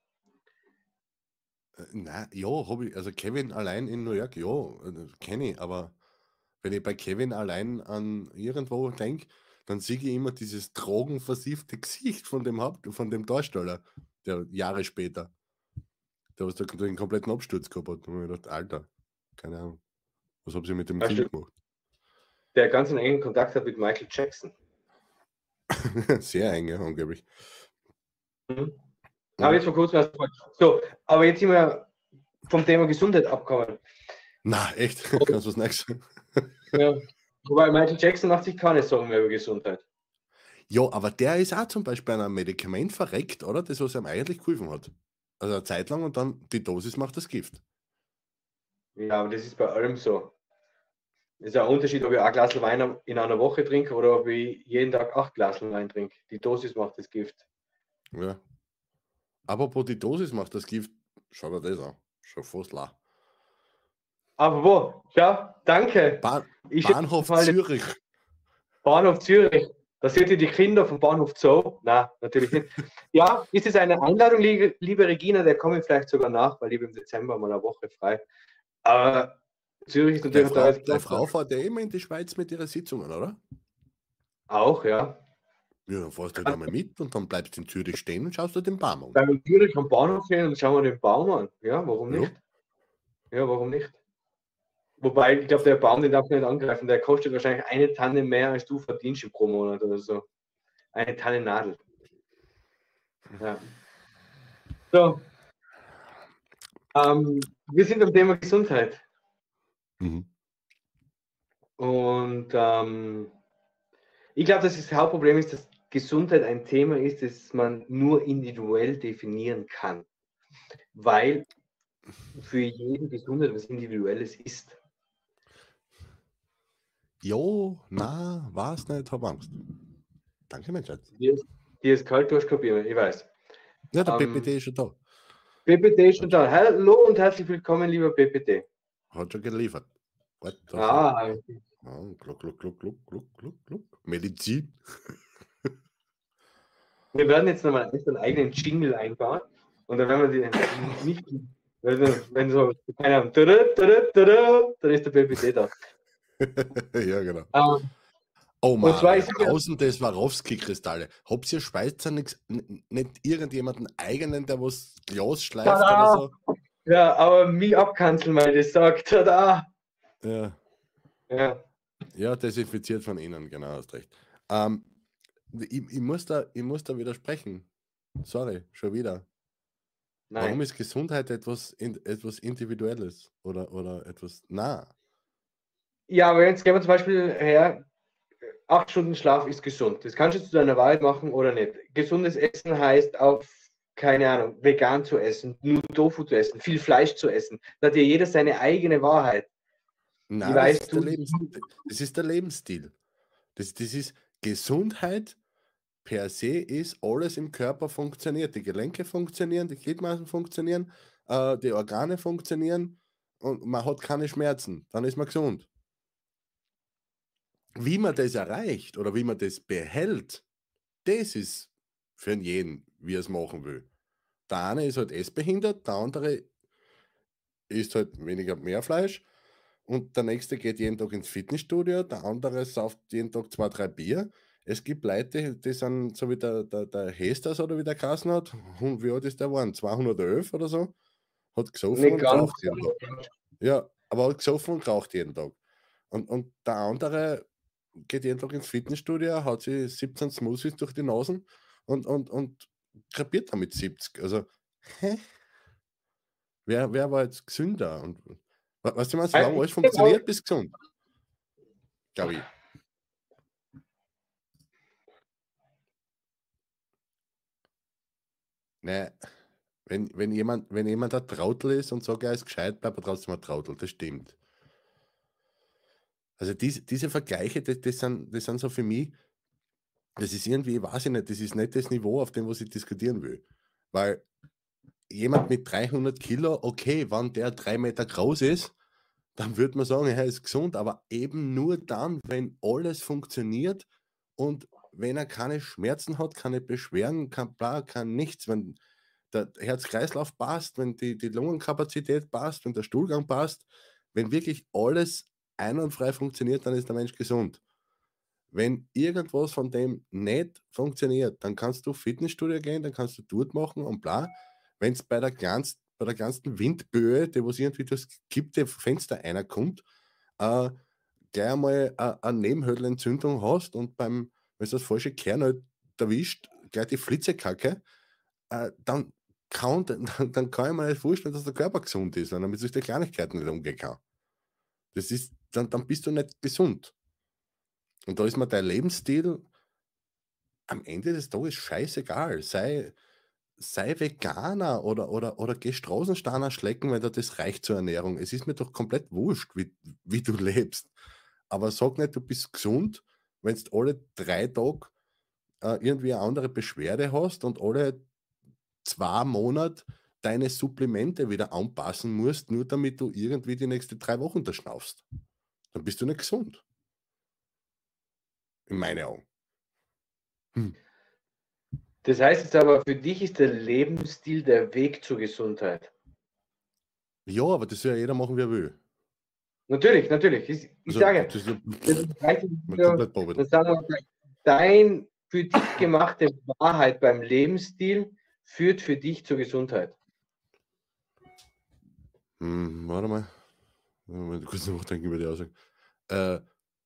Äh, Nein, ja, habe ich, also Kevin allein in New York, ja, kenne ich, aber wenn ich bei Kevin allein an irgendwo denke, dann sehe ich immer dieses drogenversiffte Gesicht von dem Haupt, von dem Darsteller, der Jahre später, der was da den kompletten Absturz gehabt hat. Da habe ich mir gedacht, Alter, keine Ahnung, was haben sie mit dem Hast Kind du- gemacht? der ganz einen engen Kontakt hat mit Michael Jackson. Sehr eng, ja, angeblich. Mhm. Aber jetzt vor kurzem erst mal. So, aber jetzt sind wir vom Thema Gesundheit abgekommen. Na, echt? Kannst du was Neues sagen? Ja. Wobei Michael Jackson macht sich keine Sorgen mehr über Gesundheit. Ja, aber der ist auch zum Beispiel an einem Medikament verreckt, oder? Das, was ihm eigentlich geholfen hat. Also eine Zeit lang und dann die Dosis macht das Gift. Ja, aber das ist bei allem so. Es ist ja ein Unterschied, ob ich ein Glas Wein in einer Woche trinke oder ob ich jeden Tag acht Glas Wein trinke. Die Dosis macht das Gift. Ja. Apropos die Dosis macht das Gift, schau dir das an. Schon fast la. Aber wo? Ja, danke. Bahn, Ich Bahnhof mal den Zürich. Bahnhof Zürich. Da seht ihr die Kinder vom Bahnhof Zoo. Na, natürlich nicht. Ja, ist es eine Einladung, liebe, liebe Regina? Der komme ich vielleicht sogar nach, weil ich habe im Dezember mal eine Woche frei. Aber Zürich ist Deine natürlich Frau, ein deine Frau fährt ja immer in die Schweiz mit ihren Sitzungen, oder? auch, ja. Ja, dann fährst du halt einmal mit und dann bleibst du in Zürich stehen und schaust dir den Baum an. Weil wir Zürich am Bahnhof sehen und schauen wir den Baum an. Ja, warum Ja. nicht? Ja, warum nicht? Wobei, ich glaube, der Baum, den darf man nicht angreifen. Der kostet wahrscheinlich eine Tanne mehr, als du verdienst pro Monat oder so. Eine Tanne Nadel. Ja. So. Ähm, wir sind am Thema Gesundheit. Mhm. Und ähm, ich glaube, dass das Hauptproblem ist, dass Gesundheit ein Thema ist, das man nur individuell definieren kann. Weil für jeden Gesundheit was Individuelles ist. Jo, na, weiß nicht, hab Angst. Danke, mein Schatz. Dir ist, dir ist kalt, du hast kein Bier mehr, ich weiß. Ja, der Ähm, B P T ist schon da. B P T ist schon da. Hallo und herzlich willkommen, lieber B P T. Hat schon geliefert. What the fuck? Ah, Oh, gluck, gluck, gluck, gluck, gluck, gluck, gluck. Medizin. wir werden jetzt nochmal einen eigenen Jingle einbauen und dann werden wir die nicht Wenn, wenn so, keine Ahnung, tada, tada, tada, dann ist der Baby D da. Ja, genau. Ähm, Oh und zwar Mario, ist ja, tausend Swarovski-Kristalle. Habt ihr schweißt nix, n- nicht irgendjemanden eigenen, der was Glas schleift oder tada, so? ja, aber mich abkanzeln, weil ich sage, tada. Ja, Ja, ja, desinfiziert von innen, genau, hast recht. Ähm, ich, ich, muss da, ich muss da widersprechen. Sorry, schon wieder. Warum nein. ist Gesundheit etwas, in, etwas Individuelles oder, oder etwas nah? Ja, aber jetzt gehen wir zum Beispiel her, acht Stunden Schlaf ist gesund. Das kannst du zu deiner Wahrheit machen oder nicht. Gesundes Essen heißt auf, keine Ahnung, vegan zu essen, nur Tofu zu essen, viel Fleisch zu essen. Da hat ja jeder seine eigene Wahrheit. Ich Na, das weiß, ist der du, Lebens, das ist der Lebensstil. Das, das ist Gesundheit per se ist, alles im Körper funktioniert. Die Gelenke funktionieren, die Gliedmaßen funktionieren, äh, die Organe funktionieren und man hat keine Schmerzen. Dann ist man gesund. Wie man das erreicht oder wie man das behält, das ist für jeden, wie er es machen will. Der eine ist halt essbehindert, der andere isst halt weniger Meerfleisch und der nächste geht jeden Tag ins Fitnessstudio, der andere sauft jeden Tag zwei, drei Bier. Es gibt Leute, die sind so wie der, der, der Hesters oder wie der Kassen hat. Und wie alt ist der geworden? zweihundertelf oder so? Hat gesoffen nicht und ganz. geraucht jeden Tag. Ja, aber hat gesoffen und geraucht jeden Tag. Und, und der andere geht jeden Tag ins Fitnessstudio, haut sich siebzehn Smoothies durch die Nasen und, und, und krepiert damit siebzig. Also, hä? Wer, wer war jetzt gesünder? Und wa- weißt du, was, solange alles funktioniert, bist du gesund. Glaube ich. Nee, wenn, wenn, jemand, wenn jemand ein Trautel ist und sagt, er ist gescheit, bleibt er trotzdem ein Trautel. Das stimmt. Also diese, diese Vergleiche, das, das, sind, das sind so für mich, das ist irgendwie, weiß ich nicht, das ist nicht das Niveau, auf dem was ich diskutieren will. Weil jemand mit dreihundert Kilo, okay, wenn der drei Meter groß ist, dann würde man sagen, er ist gesund, aber eben nur dann, wenn alles funktioniert und wenn er keine Schmerzen hat, keine Beschwerden, kein bla, kein nichts, wenn der Herz-Kreislauf passt, wenn die, die Lungenkapazität passt, wenn der Stuhlgang passt, wenn wirklich alles einwandfrei funktioniert, dann ist der Mensch gesund. Wenn irgendwas von dem nicht funktioniert, dann kannst du Fitnessstudio gehen, dann kannst du dort machen und bla. Wenn es bei der kleinsten, bei der kleinsten Windböe, die was irgendwie durchs gekippte Fenster reinkommt, äh, gleich einmal eine, eine Nebenhöhlenentzündung hast und beim, wenn du das falsche Kernöl erwischt, gleich die Flitzekacke, äh, dann, kann, dann, dann kann ich mir nicht vorstellen, dass der Körper gesund ist, wenn er mit solchen Kleinigkeiten nicht umgehen kann. Das ist, dann, dann bist du nicht gesund. Und da ist mir dein Lebensstil am Ende des Tages scheißegal. Sei, sei Veganer oder, oder, oder geh Straßensteiner schlecken, weil dir das reicht zur Ernährung. Es ist mir doch komplett wurscht, wie, wie du lebst. Aber sag nicht, du bist gesund, wenn du alle drei Tage äh, irgendwie eine andere Beschwerde hast und alle zwei Monate deine Supplemente wieder anpassen musst, nur damit du irgendwie die nächsten drei Wochen da schnaufst. Dann bist du nicht gesund. In meinen Augen. Hm. Das heißt jetzt aber, für dich ist der Lebensstil der Weg zur Gesundheit. Ja, aber das soll ja jeder machen, wie er will. Natürlich, natürlich. Ich, ich Also, sage, das ist ja das ist gleich mal wieder, komplett Bobbel. das sagen wir, dein für dich gemachte Wahrheit beim Lebensstil führt für dich zur Gesundheit. Hm, warte mal. Moment, kurz nachdenken über die Aussage. Äh,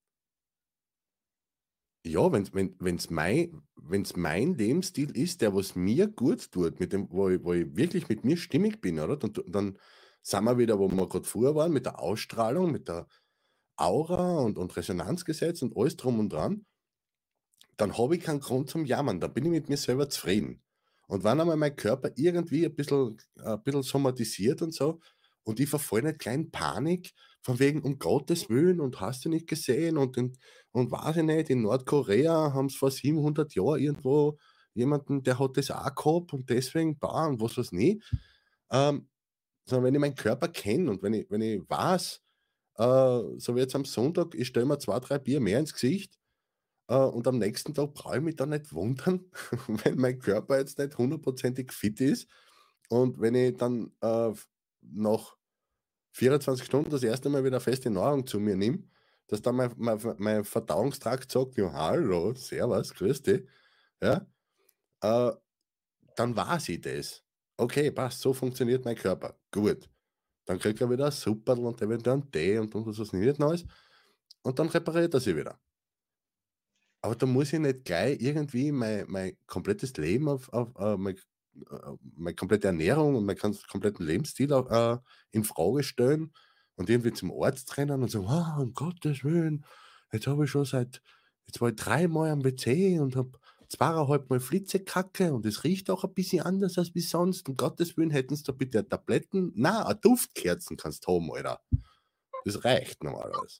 ja, wenn es wenn, wenn's mein, wenn's mein Lebensstil ist, der was mir gut tut, mit dem, wo ich, wo ich wirklich mit mir stimmig bin, oder? Dann, dann sind wir wieder, wo wir gerade vorher waren, mit der Ausstrahlung, mit der Aura und, und Resonanzgesetz und alles drum und dran. Dann habe ich keinen Grund zum Jammern. Dann bin ich mit mir selber zufrieden. Und wenn einmal mein Körper irgendwie ein bisschen, ein bisschen somatisiert und so, und ich verfalle in eine kleine Panik, von wegen, um Gottes Willen, und hast du nicht gesehen, und, in, und weiß ich nicht, in Nordkorea haben es vor siebenhundert Jahren irgendwo jemanden, der hat das auch gehabt und deswegen, bah, und was weiß nicht. Ähm, sondern wenn ich meinen Körper kenne und wenn ich, wenn ich weiß, äh, so wie jetzt am Sonntag, ich stelle mir zwei, drei Bier mehr ins Gesicht, äh, und am nächsten Tag brauche ich mich dann nicht wundern, wenn mein Körper jetzt nicht hundertprozentig fit ist. Und wenn ich dann äh, nach vierundzwanzig Stunden das erste Mal wieder feste Nahrung zu mir nehme, dass dann mein, mein, mein Verdauungstrakt sagt, ja, hallo, servus, grüß dich, ja, äh, dann weiß ich das. Okay, passt, so funktioniert mein Körper. Gut. Dann kriegt er wieder ein Superl und eventuell einen Tee und was es nicht Neues. Und dann repariert er sich wieder. Aber da muss ich nicht gleich irgendwie mein, mein komplettes Leben auf, auf uh, mein, uh, meine komplette Ernährung und meinen kompletten Lebensstil uh, in Frage stellen und irgendwie zum Arzt rennen und sagen, oh, um Gottes Willen, jetzt habe ich schon seit, jetzt war ich dreimal am W C und habe zweieinhalb Mal Flitzekacke und es riecht auch ein bisschen anders als wie sonst. Um Gottes Willen, hätten sie da bitte Tabletten? Nein, eine Duftkerzen kannst du haben, Alter. Das reicht normalerweise.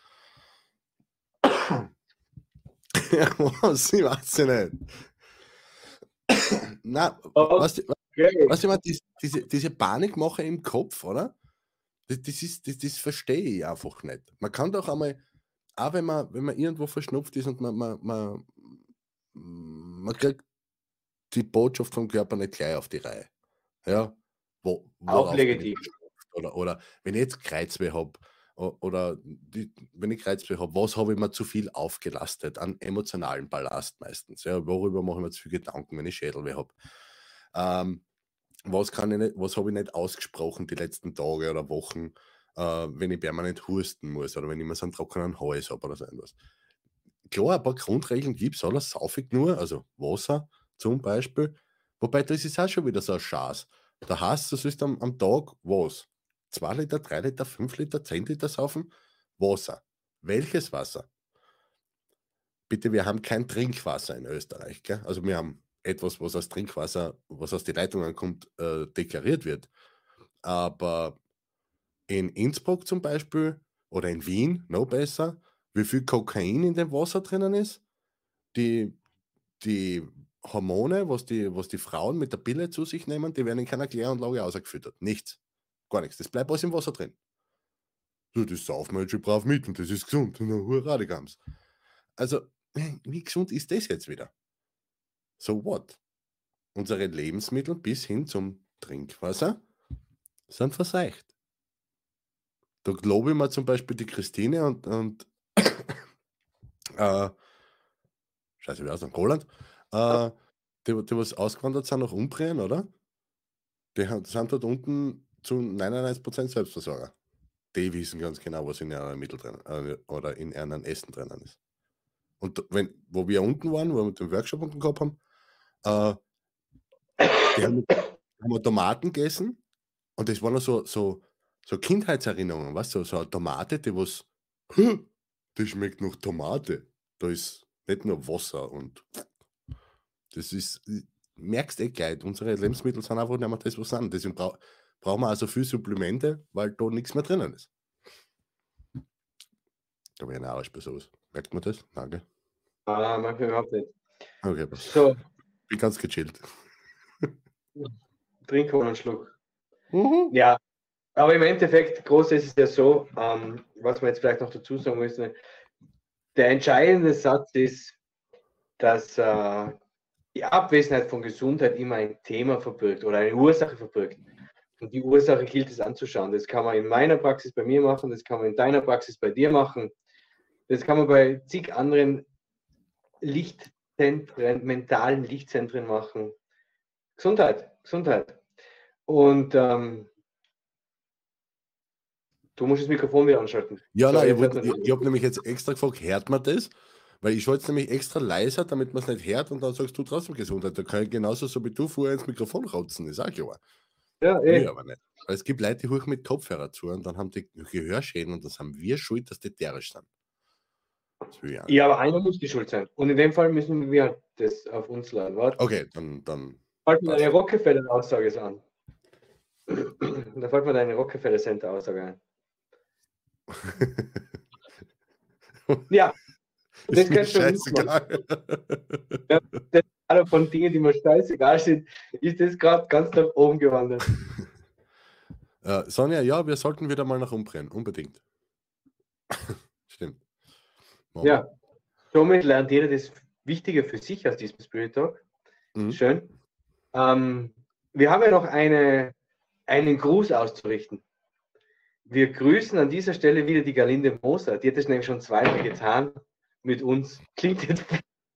Ja, was? Ich weiß ja nicht. Nein, was, was, was ich meine, diese, diese, diese Panikmache im Kopf, oder? Das, das, ist, das, das verstehe ich einfach nicht. Man kann doch einmal, auch wenn man, wenn man irgendwo verschnupft ist und man, man, man, man kriegt die Botschaft vom Körper nicht gleich auf die Reihe. Ja, wo, auch legitim. Oder, oder wenn ich jetzt Kreuzweh habe, oder die, wenn ich Kreuzweh habe, was habe ich mir zu viel aufgelastet an emotionalen Ballast meistens? Ja, worüber mache ich mir zu viel Gedanken, wenn ich Schädelweh habe? Ähm, was kann ich nicht, was habe ich nicht ausgesprochen die letzten Tage oder Wochen, äh, wenn ich permanent husten muss oder wenn ich mal so einen trockenen Hals habe oder so etwas. Klar, ein paar Grundregeln gibt es, alles saufig nur, also Wasser zum Beispiel, wobei das ist auch schon wieder so ein Schaß. Da heißt es, ist am, am Tag was? zwei Liter, drei Liter, fünf Liter, zehn Liter saufen? Wasser. Welches Wasser? Bitte, wir haben kein Trinkwasser in Österreich. Gell? Also wir haben etwas, was als Trinkwasser, was aus den Leitungen kommt, äh, deklariert wird. Aber in Innsbruck zum Beispiel oder in Wien, noch besser, wie viel Kokain in dem Wasser drinnen ist, die, die Hormone, was die, was die Frauen mit der Pille zu sich nehmen, die werden in keiner Kläranlage ausgefüttert. Nichts. Gar nichts. Das bleibt alles im Wasser drin. So, das saufen wir jetzt schon brav mit und das ist gesund. Und dann hurra, die Gams. Also, wie gesund ist das jetzt wieder? So what? Unsere Lebensmittel bis hin zum Trinkwasser sind verseucht. Da glaube ich mir zum Beispiel die Christine und, und äh, scheiße, wie aus dem Holland, äh, die, die was ausgewandert sind nach Umbrien, oder? Die sind dort unten zu neunundneunzig Prozent Selbstversorger. Die wissen ganz genau, was in ihren Mittel drin äh, oder in ihren Essen drinnen ist. Und wenn, wo wir unten waren, wo wir mit dem Workshop unten gehabt haben, äh, die haben, haben Tomaten gegessen und das waren noch so, so, so Kindheitserinnerungen, weißt du, so, so eine Tomate, die was, das schmeckt nach Tomate. Da ist nicht nur Wasser und das ist, merkst eh gleich, unsere Lebensmittel sind einfach nicht mehr das, was sind. Deswegen bra brauchen wir also viel Supplemente, weil da nichts mehr drinnen ist. Da wäre ein Arsch bei sowas. Merkt man das? Danke. Ah, mag ich überhaupt nicht. Okay, passt. So. Bin ganz gechillt. Trink mal einen Schluck. Mhm. Ja, aber im Endeffekt, groß ist es ja so, ähm, was wir jetzt vielleicht noch dazu sagen müssen, der entscheidende Satz ist, dass äh, die Abwesenheit von Gesundheit immer ein Thema verbirgt oder eine Ursache verbirgt. Und die Ursache gilt es anzuschauen. Das kann man in meiner Praxis bei mir machen, das kann man in deiner Praxis bei dir machen, das kann man bei zig anderen Lichtzentren, mentalen Lichtzentren machen. Gesundheit, Gesundheit. Und ähm, du musst das Mikrofon wieder anschalten. Ja, so, nein, ich, ich, ich habe nämlich jetzt extra gefragt, hört man das? Weil ich schalte es nämlich extra leiser, damit man es nicht hört und dann sagst du trotzdem Gesundheit. Da kann ich genauso so wie du vorher ins Mikrofon rotzen, ist auch klar. Ja, eh. Nee, aber nicht. Weil es gibt Leute, die hoch mit Kopfhörer zu und dann haben die Gehörschäden und das haben wir schuld, dass die tierisch sind. Ja, ja, aber einer muss die schuld sein. Und in dem Fall müssen wir das auf uns laden. Warte. Okay, dann. dann fällt mir deine Rockefeller-Aussage an. Da fällt mir deine Rockefeller-Center-Aussage ein. Ja, das kannst du scheißegal. Ja, das einer von Dingen, die mir scheißegal sind, ist das gerade ganz nach oben gewandert. Äh, Sonja, ja, wir sollten wieder mal nach Umbrien, unbedingt. Stimmt. Moment. Ja, somit lernt jeder das Wichtige für sich aus diesem Spirit Talk. Mhm. Schön. Ähm, wir haben ja noch eine einen Gruß auszurichten. Wir grüßen an dieser Stelle wieder die Galinde Moser. Die hat das nämlich schon zweimal getan mit uns. Klingt jetzt.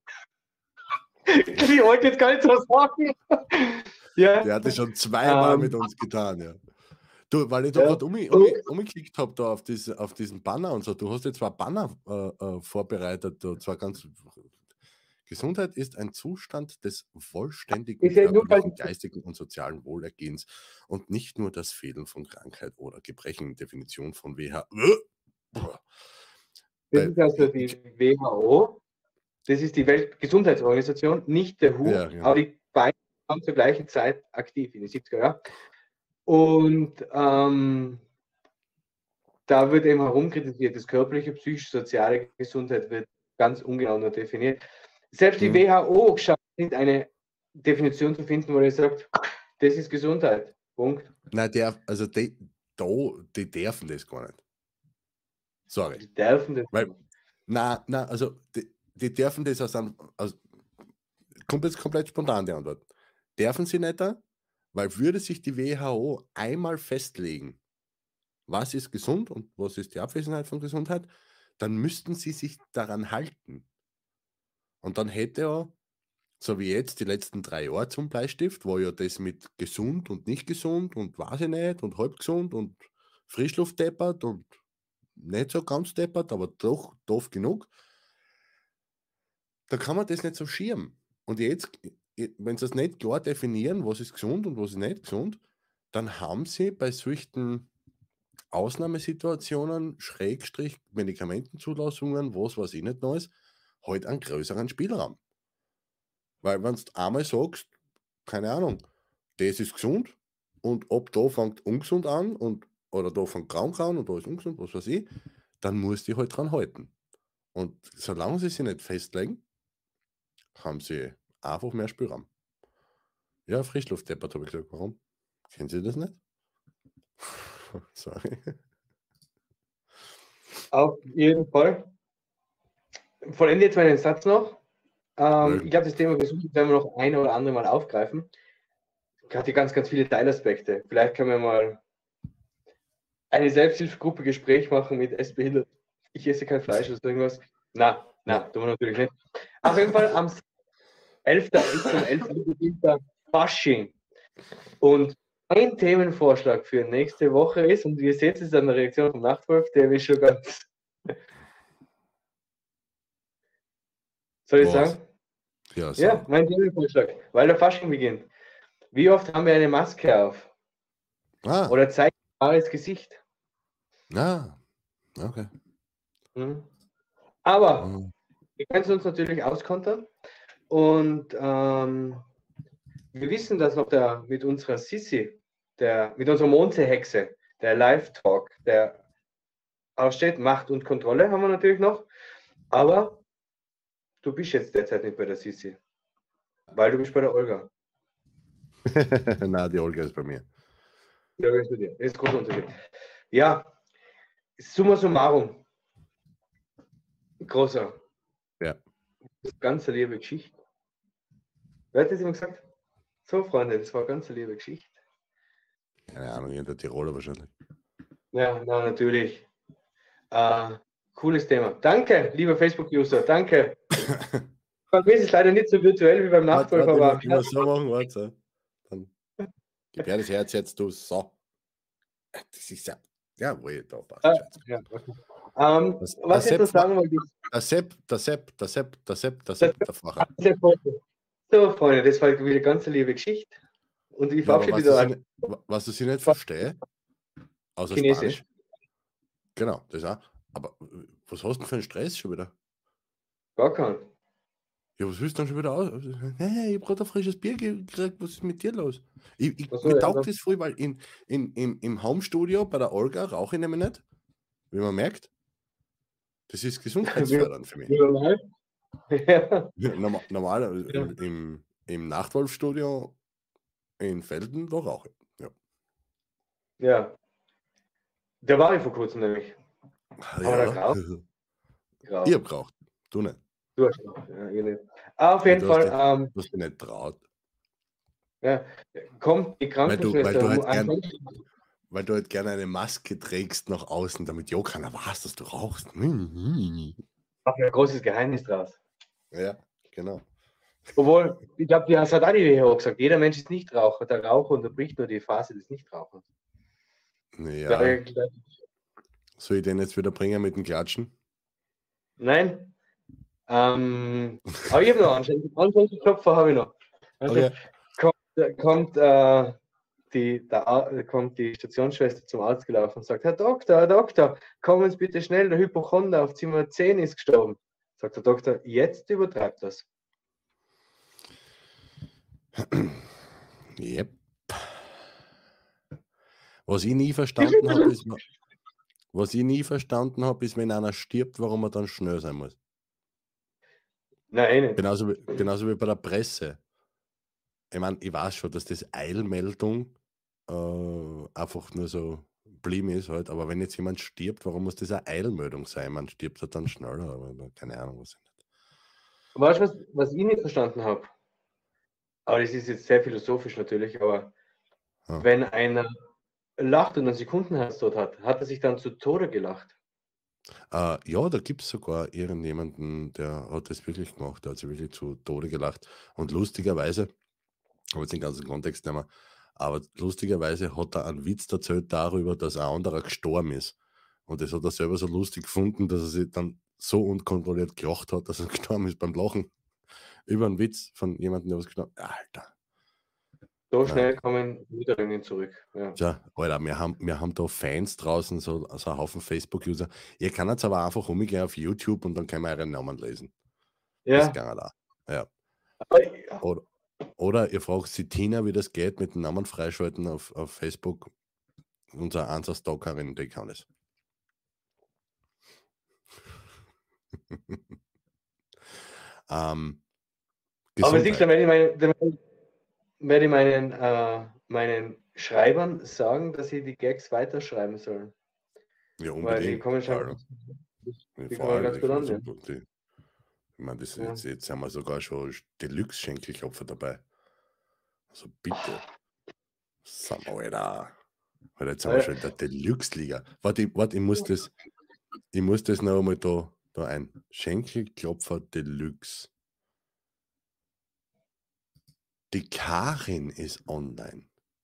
Ich wollte jetzt gar nicht so sagen. Ja. Der hat das schon zweimal Ähm, mit uns getan, ja. Du, weil ich da Ja. gerade um, um, umgeklickt habe da auf, diese, auf diesen Banner und so, du hast jetzt zwar Banner äh, äh, vorbereitet, da zwar ganz. Gesundheit ist ein Zustand des vollständigen Ist ja nur, körperlichen, weil- geistigen und sozialen Wohlergehens und nicht nur das Fehlen von Krankheit oder Gebrechen. Definition von W H O. Das ist also die W H O. Das ist die Weltgesundheitsorganisation, nicht der W H O, Ja, genau. aber die beiden waren zur gleichen Zeit aktiv in den siebziger Jahren. Und ähm, da wird eben herumkritisiert, das körperliche, psychische, soziale Gesundheit wird ganz ungenau nur definiert. Selbst die Hm. W H O schafft nicht eine Definition zu finden, wo er sagt, das ist Gesundheit. Punkt. Nein, der, also die, da, die dürfen das gar nicht. Sorry. Die dürfen das Weil- nicht. Na, na, also die, die dürfen das aus einem, aus, kommt jetzt komplett spontan die Antwort. Dürfen sie nicht da? Weil würde sich die W H O einmal festlegen, was ist gesund und was ist die Abwesenheit von Gesundheit, dann müssten sie sich daran halten. Und dann hätte er, so wie jetzt die letzten drei Jahre zum Bleistift, wo ja das mit gesund und nicht gesund und weiß ich nicht und halb gesund und Frischluft deppert und nicht so ganz deppert, aber doch doof genug, da kann man das nicht so schirmen. Und jetzt, wenn sie das nicht klar definieren, was ist gesund und was ist nicht gesund, dann haben sie bei solchen Ausnahmesituationen, Schrägstrich, Medikamentenzulassungen, was weiß ich nicht Neues, halt einen größeren Spielraum. Weil wenn du einmal sagst, keine Ahnung, das ist gesund und ab da fängt ungesund an und oder da fängt krank an und da ist ungesund, was weiß ich, dann musst du dich halt dran halten. Und solange sie sich nicht festlegen, haben sie einfach mehr Spielraum. Ja, Frischluftdeppert, habe ich gesagt. Warum? Kennen Sie das nicht? Sorry. Auf jeden Fall. Vollende jetzt meinen Satz noch. Ähm, Welchen? ich glaube, das Thema Gesundheit werden wir noch ein oder andere Mal aufgreifen. Hat hier ganz, ganz viele Teilaspekte. Vielleicht können wir mal eine Selbsthilfegruppe Gespräch machen mit Essbehinderten. Ich esse kein Fleisch oder so irgendwas. Na, na, tun wir natürlich nicht. Auf jeden Fall am elften elften um elf Uhr beginnt der Fasching. Und ein Themenvorschlag für nächste Woche ist, und ihr seht es an der Reaktion vom Nachtwolf, der ist schon ganz. Soll ich Was? sagen? Ja, so. Ja, mein Themenvorschlag, weil der Fasching beginnt. Wie oft haben wir eine Maske auf? Ah, Oder zeigen ein wahres Gesicht? ah, okay. Mhm. Aber Mhm. wir können es uns natürlich auskontern. Und ähm, wir wissen, dass noch der mit unserer Sissi, der, mit unserer Mondseehexe, der Live-Talk, der aussteht, Macht und Kontrolle haben wir natürlich noch. Aber du bist jetzt derzeit nicht bei der Sissi, weil du bist bei der Olga. Na, die Olga ist bei mir. Ja, das ist bei dir. Das ist ein großer Unterschied. Ja, summa summarum. Großer. Ja. Das ist ganz eine liebe Geschichte. Wer hat das immer gesagt? So, Freunde, das war eine ganz liebe Geschichte. Keine Ahnung, in der Tiroler wahrscheinlich. Ja, na, natürlich. Äh, cooles Thema. Danke, lieber Facebook-User, danke. Bei mir ist es leider nicht so virtuell wie beim Warte, Nachtwolf, warte, aber ich muss so machen, warte. Dann gib her das Herz jetzt, du so. Das ist ja, ja, wo ich da passt. Ah, Schatz. ja, okay. ähm, Das- was das ich jetzt noch Sepp- sagen wollte, ist, Der Sepp, der Sepp, der Sepp, der Sepp, der Sepp, der Facher. so, Freunde, das war wieder eine ganz liebe Geschichte. Und ich Ja, aber verabschiede was, wieder ich an nicht, was ich nicht verstehe, außer Chinesisch. Spanisch. Genau, das auch. Aber äh, was hast du denn für einen Stress schon wieder? Gar keinen. Ja, was willst du dann schon wieder aus? Hey, ich hab gerade ein frisches Bier gekriegt, was ist mit dir los? Ich, ich, Ach so, mir ja, taugt dann- das voll, weil in, in, im, im Homestudio bei der Olga rauche ich nämlich nicht, wie man merkt. Das ist gesundheitsfördernd für mich. Wie normal. Ja. Normal, normal Ja. im, im Nachtwolf-Studio in Felden, da rauche ich. Ja. Ja. Der war ich vor kurzem nämlich. Aber der Grau? Grau. Ich hab geraucht, du nicht. Du hast noch. Ja, ich nicht. Auf jeden Du hast Fall, dich- ähm, Du hast dich nicht traut. Ja. Kommt die Weil du, weil, Krankenschwester du halt mu- ein- gern, weil du halt gerne eine Maske trägst nach außen, damit ja keiner weiß, dass du rauchst. Hm, macht ein großes Geheimnis draus. Ja, genau. Obwohl, ich glaube, die hat auch die W H O gesagt, jeder Mensch ist Nichtraucher. Der Raucher unterbricht nur die Phase des Nichtrauchens. Ja. Weil- Soll ich den jetzt wieder bringen mit dem Klatschen? Nein. Ähm, aber ich habe noch einen Anschlussklopfer, habe ich noch. Also Okay. kommt, kommt, äh, die, da kommt die Stationsschwester zum Arzt gelaufen und sagt, Herr Doktor, Herr Doktor, kommen Sie bitte schnell, der Hypochonder auf Zimmer zehn ist gestorben. Sagt der Doktor, jetzt übertreibt das. Yep. Was ich nie verstanden habe, ist, was ich nie verstanden habe, ist, wenn einer stirbt, warum er dann schnell sein muss. Nein, nicht. Genauso wie, genauso wie bei der Presse. Ich meine, ich weiß schon, dass das Eilmeldung äh, einfach nur so blieben ist halt, aber wenn jetzt jemand stirbt, warum muss das eine Eilmeldung sein? Man stirbt halt dann schneller, aber keine Ahnung, was ich nicht. Weißt du, was, was ich nicht verstanden habe? Aber das ist jetzt sehr philosophisch natürlich, aber Ja. wenn einer lacht und einen Sekundenherzdot hat, hat er sich dann zu Tode gelacht. Äh, ja, da gibt es sogar irgendjemanden, der hat das wirklich gemacht, der hat sich wirklich zu Tode gelacht. Und lustigerweise, aber jetzt den ganzen Kontext nicht mehr, aber lustigerweise hat er einen Witz erzählt darüber, dass ein anderer gestorben ist. Und das hat er selber so lustig gefunden, dass er sich dann so unkontrolliert gelacht hat, dass er gestorben ist beim Lachen. Über einen Witz von jemandem, der was gestorben ist. Alter. So Ja. schnell kommen Niederlängen zurück. Ja. Tja, Alter, wir haben, wir haben da Fans draußen, so, so einen Haufen Facebook-User. Ihr könnt jetzt aber einfach umgehen auf YouTube und dann können wir euren Namen lesen. Das Ja. geht auch. Ja. Aber, Oder, oder ihr fragt die Tina, wie das geht mit dem Namen freischalten auf, auf Facebook. Unser Ansatz-Stalkerin, die kann es. ähm, aber siehst du, Gesundheit. wenn ich, meine, dann werde ich meinen, äh, meinen Schreibern sagen, dass sie die Gags weiterschreiben sollen. Ja, Weil die unbedingt. kommen Vor schon allem. die Ja, vor kommen allem, ganz ich gut an. finde Ja. super. Die, ich meine, das ist Ja. jetzt, jetzt haben wir sogar schon Deluxe-Schenkelklopfer dabei. Also bitte. Sind wir Alter. Alter, jetzt sind wir Ja. schon in der Deluxe-Liga. Warte, ich- warte, ich muss das, ich muss das noch einmal da, da ein. Schenkelklopfer Deluxe. Die Karin ist online.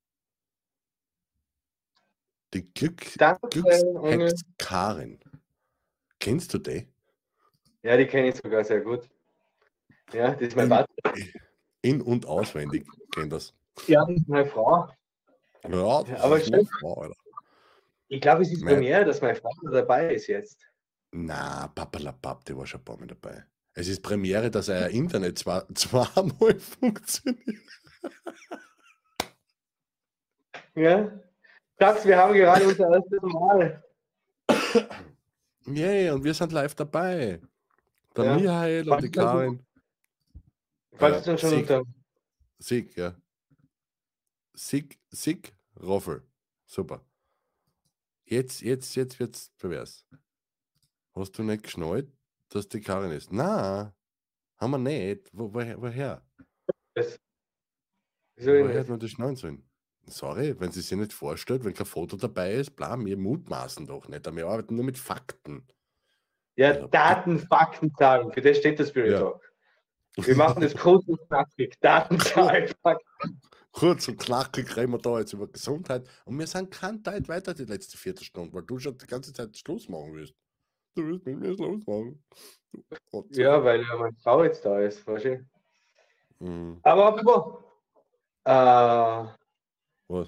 Die Glück, Danke, Engel. Glückshex Karin. Kennst du die? Ja, die kenne ich sogar sehr gut. Ja, das ist mein In, Vater. in- und auswendig kennt das. Ja, das ist meine Frau. Ja, das Ja, aber ist stimmt. meine Frau, Alter. Ich glaube, es ist Mein- Premiere, dass mein Vater dabei ist jetzt. Na, Papalapap, der war schon ein paar Mal dabei. Es ist Premiere, dass euer Internet zwar zweimal funktioniert. Ja. Schatz, wir haben gerade unser erstes Mal. Yay, und wir sind live dabei. Der Ja. Michael und die Karin. Falls Äh, du schon Sig, unter. Sig, ja. Sig, Sig, Roffel. Super. Jetzt, jetzt, jetzt wird's pervers. Hast du nicht geschnallt, dass die Karin ist? Na, haben wir nicht. Wo, woher? woher? Das. Wieso denn Woher hätte nicht? man das schnallen sollen? Sorry, wenn sie sich nicht vorstellt, wenn kein Foto dabei ist, bla, wir mutmaßen doch nicht. Wir arbeiten nur mit Fakten. Ja, Also, Daten, Fakten, Zahlen. Für das steht das Spirit Ja. Talk. Wir machen das kurz und knackig. Daten, Zahlen, Fakten. Kurz und knackig reden wir da jetzt über Gesundheit und wir sind kein Teil weiter die letzte Viertelstunde, weil du schon die ganze Zeit Schluss machen willst. Du willst mit mir Schluss machen. Du Gott. Ja, weil ja meine Frau jetzt da ist. Verstehst du? Mhm. Aber apropos. Äh, Was?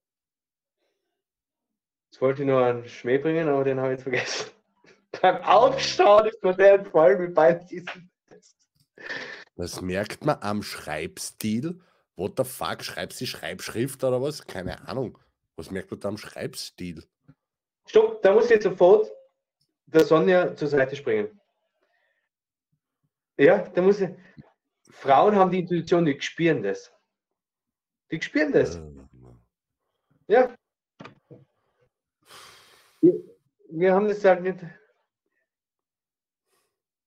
jetzt wollte ich nur einen Schmäh bringen, aber den habe ich jetzt vergessen. Beim Aufschauen ist mir der entfallen mit beiden diesen. Das merkt man am Schreibstil. What the fuck? Schreibst du Schreibschrift oder was? Keine Ahnung. Was merkt man da am Schreibstil? Stopp, da muss ich jetzt sofort der Sonja zur Seite springen. Ja, da muss ich. Frauen haben die Intuition, die spüren das. Die spüren das. Äh, Ja. Wir, wir haben das halt nicht.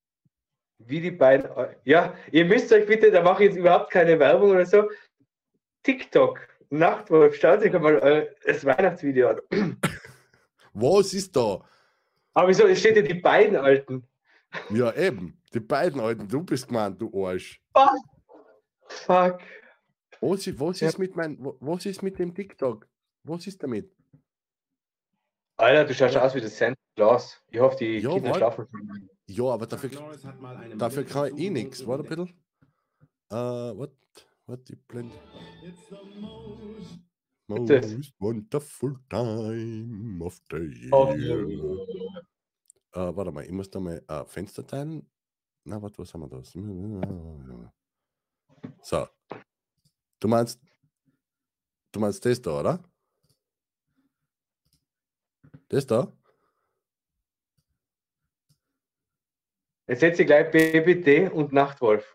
Wie die beiden. Ja, ihr müsst euch bitte, da mache ich jetzt überhaupt keine Werbung oder so. TikTok. Nachtwolf, schaut euch einmal äh, das Weihnachtsvideo an. Was ist da? Aber wieso, es steht ja die beiden Alten. Ja, eben. Die beiden Alten. Du bist gemeint, du Arsch. Was? Fuck. Was, ist- was, Ja. ist mit mein, wa- was ist mit dem TikTok? Was ist damit? Alter, du schaust Ja. aus wie das Santa Claus. Ich hoffe, die Ja, Kinder warte. schlafen schon. Ja, aber dafür, dafür kann ich eh nichts. Warte ein bisschen. Äh, what? What? Ich blend. das? Most wonderful time of the year. Oh, Äh, warte mal, ich muss da mal äh, Fenster teilen. Na, warte, was haben wir da? So. Du meinst, du meinst das da, oder? Das da? Jetzt setze ich gleich B B D und Nachtwolf.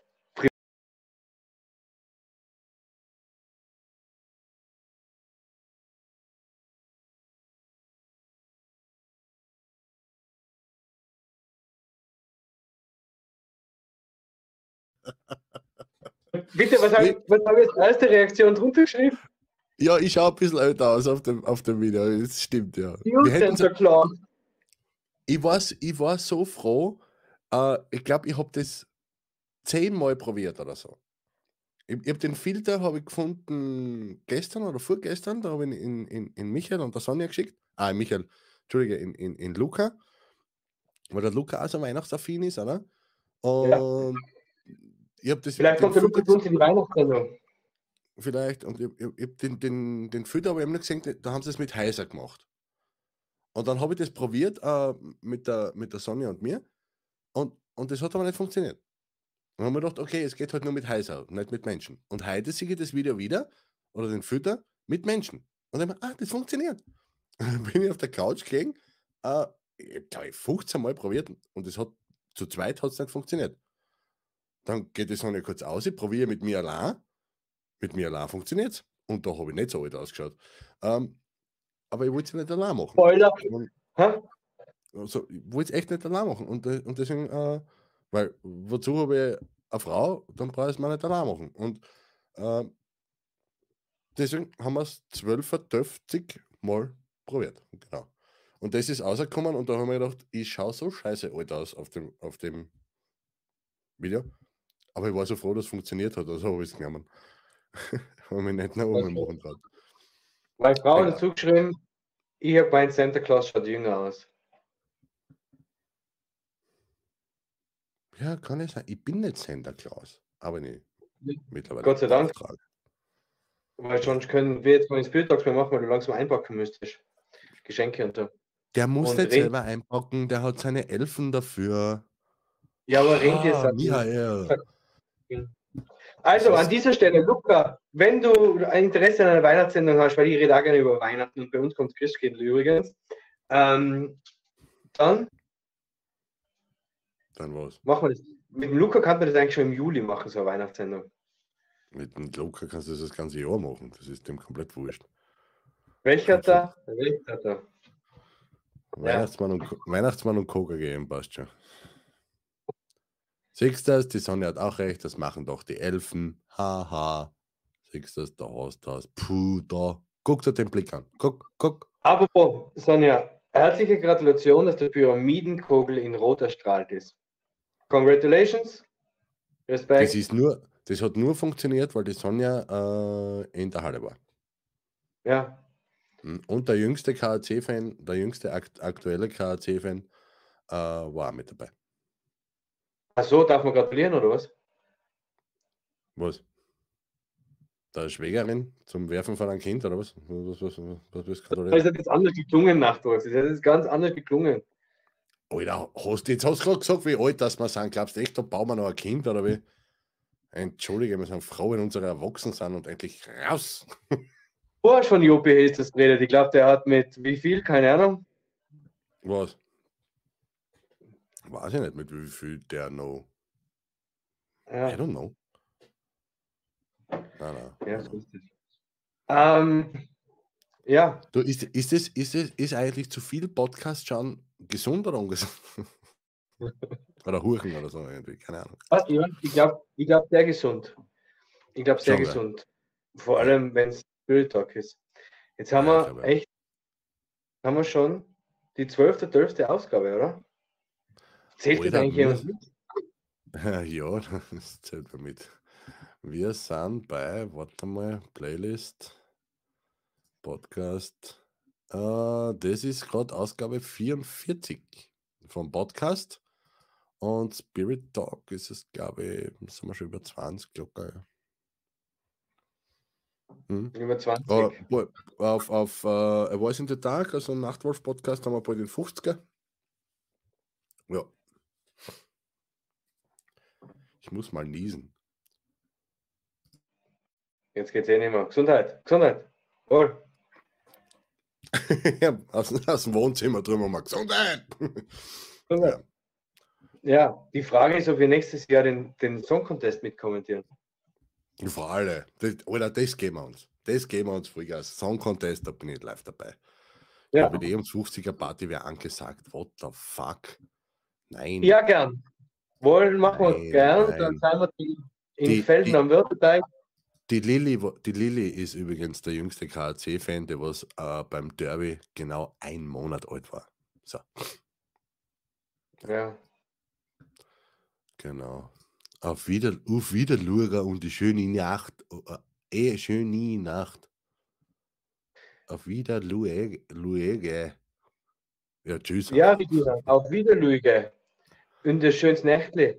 Bitte, was habe ich, was hab ich als erste Reaktion drunter geschrieben? Ja, ich schaue ein bisschen älter aus auf dem, auf dem Video. Das stimmt, ja. You Wir hätten so, Santa Claus. ich, war, ich war so froh. Äh, ich glaube, ich habe das zehnmal probiert oder so. Ich, ich habe den Filter habe ich gefunden gestern oder vorgestern. Da habe ich in, in, in Michael und der Sonja geschickt. Ah, in Michael, Entschuldige, in, in, in Luca. Weil der Luca auch so weihnachtsaffin ist, oder? Und Ja. ich habe das. Vielleicht den kommt der Filter- Lukas uns in die Weihnachtssendung. Vielleicht. Und ich, ich, ich hab den, den, den Filter habe ich immer gesehen, da haben sie es mit Heiser gemacht. Und dann habe ich das probiert äh, mit, der, mit der Sonja und mir. Und, und das hat aber nicht funktioniert. Und dann haben wir gedacht, okay, es geht halt nur mit Heiser, nicht mit Menschen. Und heute sehe ich das Video wieder, oder den Filter, mit Menschen. Und dann habe ich mir, ah, das funktioniert. Und dann bin ich auf der Couch gelegen, äh, ich habe, glaube ich, fünfzehn Mal probiert und das hat, zu zweit hat es nicht funktioniert. Dann geht die Sonja kurz aus, ich probiere mit mir allein. Mit mir allein funktioniert es. Und da habe ich nicht so alt ausgeschaut. Ähm, aber ich wollte es nicht allein machen. Spoiler. Und, Hä? also, ich wollte es echt nicht allein machen. Und, de- und deswegen, äh, weil, wozu habe ich eine Frau, dann brauche ich es mir nicht allein machen. Und äh, deswegen haben wir es zwölfhundertfünfzig Mal probiert. Genau. Und das ist rausgekommen und da haben wir gedacht, ich schaue so scheiße alt aus auf dem, auf dem Video. Aber ich war so froh, dass es funktioniert hat, also habe ich es genommen. habe mich nicht nach oben machen traut. Meine Frau hat Ja. dazu geschrieben, ich habe meinen Santa Claus schaut jünger aus. Ja, kann ich sagen. Ich bin nicht Santa Claus, aber nicht. Mittlerweile. Gott sei Dank. Auftrag. Weil sonst können wir jetzt mal ins Spieltags mehr machen, weil du langsam einpacken müsstest. Geschenke und so. Der muss Und nicht Ren- selber einpacken, der hat seine Elfen dafür. Ja, aber Rentier Ah, sagt- Michael. Also Das an ist- dieser Stelle, Luca, wenn du ein Interesse an einer Weihnachtssendung hast, weil ich rede auch gerne über Weihnachten und bei uns kommt Christkindl übrigens, ähm, dann Dann was. machen wir das. Mit dem Luca kann man das eigentlich schon im Juli machen, so eine Weihnachtssendung. Mit dem Luca kannst du das das ganze Jahr machen. Das ist dem komplett wurscht. Welcher hat da? Welcher hat da? Weihnachtsmann und, Co- Weihnachtsmann und Coca geben, passt schon. Siehst du das? Die Sonja hat auch recht, das machen doch die Elfen. Haha. Siehst du das? Da hast du das. Puh, da. Guck dir den Blick an. Guck, guck. Apropos, Sonja, herzliche Gratulation, dass der Pyramidenkogel in Rot erstrahlt ist. Congratulations. Respekt. Das ist nur, das hat nur funktioniert, weil die Sonja äh, in der Halle war. Ja, Und der jüngste K A C-Fan, der jüngste akt aktuelle K A C-Fan äh, war auch mit dabei. ach so, darf man gratulieren oder was? Was? Der Schwägerin zum Werfen von einem Kind oder was? Was, was, was, was willst du Das gratulieren? hat jetzt anders geklungen nachträglich. Das ist ganz anders geklungen. Alter, hast, jetzt hast du gerade gesagt, wie alt das wir sind. Glaubst du echt, da bauen wir noch ein Kind oder wie? Entschuldige, wir sind froh, wenn unsere Erwachsenen sind und endlich raus. Vorher von Jopi ist das geredet. Ich glaube, der hat mit wie viel, keine Ahnung. Was? Weiß ich nicht, mit wie viel der noch. I Ja, don't know. Nein, nein. ja, nein, so nein. ist es. Ähm, ja, Du, ist, ist, es, ist, es, ist eigentlich zu viel Podcast schauen gesund oder ungesund? Oder Huchen oder so irgendwie, keine Ahnung. was, Ivan? Ich glaube, ich glaub, sehr gesund. Ich glaube, sehr Schon, ja. gesund. Vor Ja. allem, wenn es Spirit Talk ist. Jetzt haben Ja, ich wir glaube, ja. echt, haben wir schon die zwölfte, zwölfte Ausgabe, oder? Zählt das Alter, eigentlich wir, jemand mit? ja, das zählt mir mit. Wir sind bei, warte mal, Playlist, Podcast. Äh, das ist gerade Ausgabe vierundvierzig vom Podcast. Und Spirit Talk ist es, glaube ich, sind wir schon über zwanzig locker. Ja. Hm. Über Äh, zwanzig. bo- auf auf äh, A Voice in the Dark, also ein Nachtwolf-Podcast, haben wir bald den fünfziger. Ja. Ich muss mal niesen. Jetzt geht's eh nicht mehr. Gesundheit, Gesundheit. Wohl. Ja, aus, aus dem Wohnzimmer drüber mal Gesundheit. Gesundheit. Ja, die Frage ist, ob wir nächstes Jahr den, den Song Contest mitkommentieren. Ja, für alle. Das, Alter, das geben wir uns. Das geben wir uns Vollgas. Song Contest, da bin ich live dabei. Ich Ja. glaube, die E fünfziger Party wäre angesagt. What the fuck? Nein. Ja, gern. Wollen, machen wir Nein, gern. nein. Dann sind wir die, in Die- Felden die- am Württemberg. Die Lilly, wo- die Lilly ist übrigens der jüngste K A C-Fan, der was äh, beim Derby genau ein Monat alt war. So, Ja. genau. Auf wieder, auf Wiederluger und die schöne Nacht. Äh, eh, schöne Nacht. Auf Wiederluege. Ja, tschüss. Ja, Regina, auf Wiederlüge. Und das schönes Nächtli.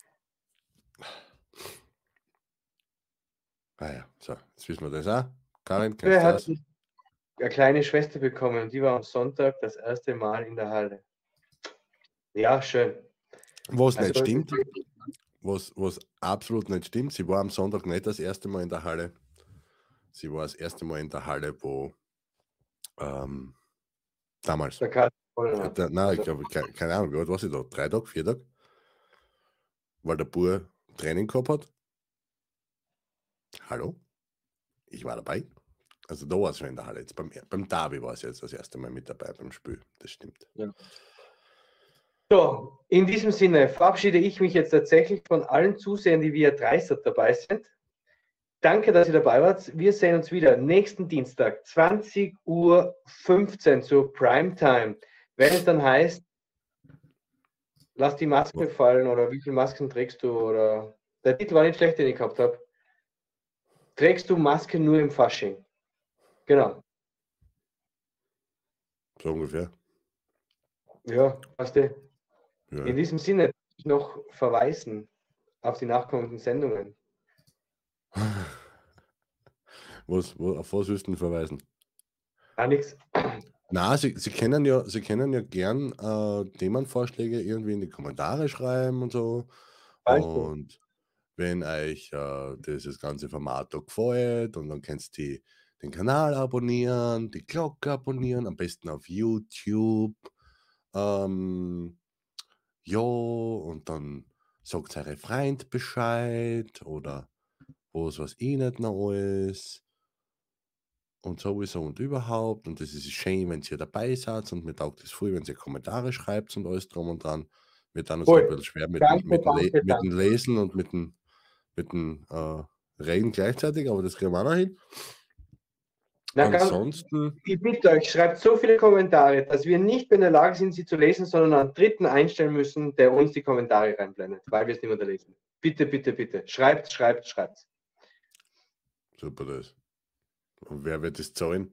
Ah ja, so, jetzt wissen wir das auch. Karin, kennst Wer du hat das? eine kleine Schwester bekommen und die war am Sonntag das erste Mal in der Halle. Ja, schön. Was Also- nicht stimmt, was, was absolut nicht stimmt, sie war am Sonntag nicht das erste Mal in der Halle. Sie war das erste Mal in der Halle, wo ähm, damals. Der Karl Äh, Da, nein, ich glaube, keine, keine Ahnung, wie alt war sie da? Drei Tage, vier Tage? Weil der Bur Training gehabt hat. Hallo? Ich war dabei. Also da war es schon in der Halle. Jetzt beim, beim Derby war es jetzt das erste Mal mit dabei beim Spiel. Das stimmt. So, in diesem Sinne verabschiede ich mich jetzt tatsächlich von allen Zusehern, die via Dreisat dabei sind. Danke, dass ihr dabei wart. Wir sehen uns wieder nächsten Dienstag, zwanzig Uhr fünfzehn zur Primetime. Wenn es dann heißt, lass die Maske fallen oder wie viele Masken trägst du? Oder der Titel war nicht schlecht, den ich gehabt habe. Trägst du Maske nur im Fasching? Genau. So ungefähr. Ja, weißt du. Ja. In diesem Sinne noch verweisen auf die nachkommenden Sendungen. Was, wo, auf was willst du denn verweisen? Ah, nichts. Na, Sie, Sie können ja, Sie können ja gern äh, Themenvorschläge irgendwie in die Kommentare schreiben und so. Weißt du. Und wenn euch äh, dieses ganze Format da gefällt und dann kannst du die, den Kanal abonnieren, die Glocke abonnieren, am besten auf YouTube. Ähm, ja, und dann sagt eure Freund Bescheid oder was weiß ich nicht noch alles. Und sowieso und überhaupt. Und das ist schön, wenn ihr dabei seid. Und mir taugt es früh, wenn ihr Kommentare schreibt und alles drum und dran. Wir tun uns Cool. ein bisschen schwer mit, Danke, mit, danke, mit, mit danke. dem Lesen und mit dem, mit dem äh, Reden gleichzeitig, aber das kriegen wir auch noch hin. Na, ganz, Ansonsten, ich bitte euch, schreibt so viele Kommentare, dass wir nicht mehr in der Lage sind, sie zu lesen, sondern einen Dritten einstellen müssen, der uns die Kommentare reinblendet, weil wir es nicht mehr lesen. Bitte, bitte, bitte. Schreibt, schreibt, schreibt. super das. Und wer wird das zahlen?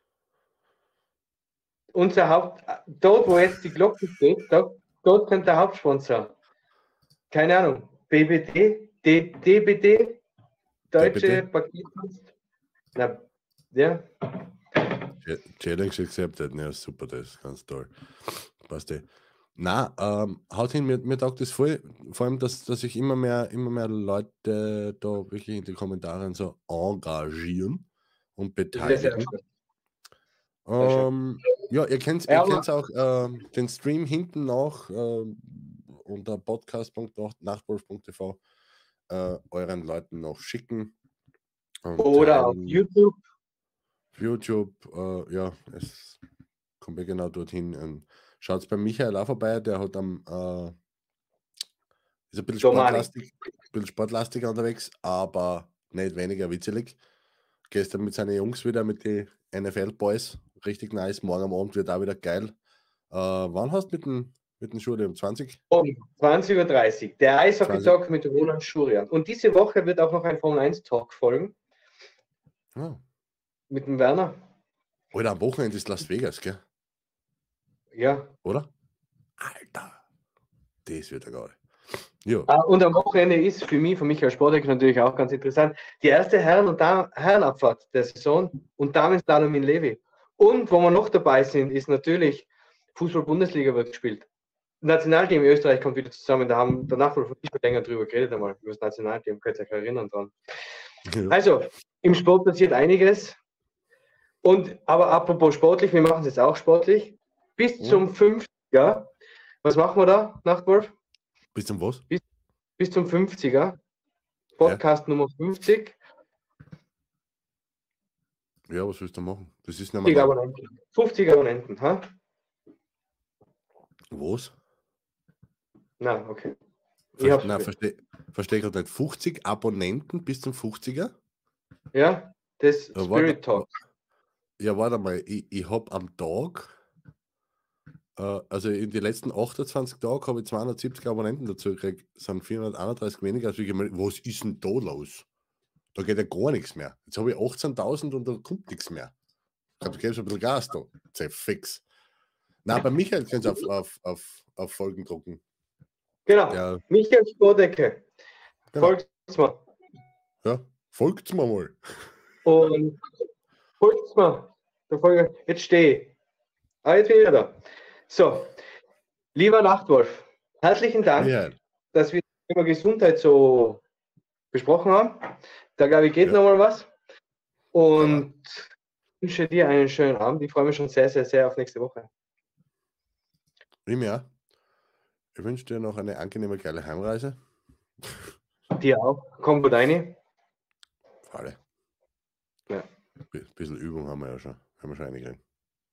Unser Haupt, dort wo jetzt die Glocke steht, dort, dort könnte der Hauptsponsor. Keine Ahnung. B B D, D, DBD, Deutsche D B D? Paketdienst. Na, ja. Ch- Challenge accepted. Ja, super das. Ganz toll. Passt eh. Na, ähm, haut hin, mir, mir taugt das voll. Vor allem, dass, dass sich immer mehr, immer mehr Leute da wirklich in den Kommentaren so engagieren und Das wäre sehr beteiligen. schön. Sehr schön. Ähm, ja, ihr kennt, Ja, ihr aber- kennt auch ähm, den Stream hinten noch ähm, unter podcast punkt nachtwolf punkt t v äh, euren Leuten noch schicken. Und Oder auf teilen. YouTube. Auf YouTube, äh, ja, es kommt ja genau dorthin. Ähm, Schaut bei Michael auch vorbei, der hat am äh, ist ein bisschen Domani. sportlastig, bisschen sportlastiger unterwegs, aber nicht weniger witzelig. gestern mit seinen Jungs wieder, mit den N F L-Boys. Richtig nice. Morgen am Abend wird auch wieder geil. Äh, wann hast du mit dem, mit dem Schule? Um zwanzig? Um zwanzig Uhr dreißig. Der Eishockey-Talk mit Roland Schurian. Und diese Woche wird auch noch ein Formel eins Talk folgen. Oh. Mit dem Werner. Alter, am Wochenende ist Las Vegas, gell? Ja. Oder? Alter. Das wird ja geil. Ja. Und am Wochenende ist für mich, für mich als Sportler natürlich auch ganz interessant, die erste Herren- und Dam- Herrenabfahrt der Saison und Damenslalom in Levi. Und wo wir noch dabei sind, ist natürlich Fußball-Bundesliga wird gespielt. Nationalteam Österreich kommt wieder zusammen. Da haben danach wohl nicht länger drüber geredet einmal, über das Nationalteam. Könnt ihr euch erinnern dran. Ja. Also, im Sport passiert einiges. Und, aber apropos sportlich, wir machen es jetzt auch sportlich. Bis Ja. zum fünfziger. Was machen wir da, Nachtwolf? Bis zum was? Bis, bis zum fünfziger. Podcast ja. Nummer fünfzig. Ja, was willst du machen? Das ist nicht fünfzig mehr Abonnenten. fünfzig Abonnenten, ha? Was? Na, okay. Ver Nein, verstehe versteh gerade nicht. fünfzig Abonnenten bis zum fünfziger? Ja, das Ja, Spirit Talk. Ja, warte mal. Ich, ich habe am Tag, äh, also in den letzten achtundzwanzig Tagen habe ich zweihundertsiebzig Abonnenten dazu gekriegt. Das sind vierhunderteinunddreißig weniger. Als ich gemeint, was ist denn da los? Da geht ja gar nichts mehr. Jetzt habe ich achtzehntausend und da kommt nichts mehr. Ich glaube, du gibst ein bisschen Gas da. Sei fix. Na, bei Michael können Sie auf, auf, auf, auf Folgen drucken. Genau. Der, Michael Spordecke. genau. Folgt's mal. Ja, folgt's mir mal. Und folgt's mal. Der Folge. Jetzt stehe ich. Ah, jetzt bin ich wieder da. So, lieber Nachtwolf, herzlichen Dank, Ja. dass wir das Thema Gesundheit so besprochen haben. Da glaube ich, geht Ja. noch mal was. Und ich wünsche dir einen schönen Abend. Ich freue mich schon sehr, sehr, sehr auf nächste Woche. Ich mir auch. Ich wünsche dir noch eine angenehme, geile Heimreise. Dir auch. Komm gut rein. Alle. Ja. Ein bisschen Übung haben wir ja schon. Haben wir schon eingekriegt.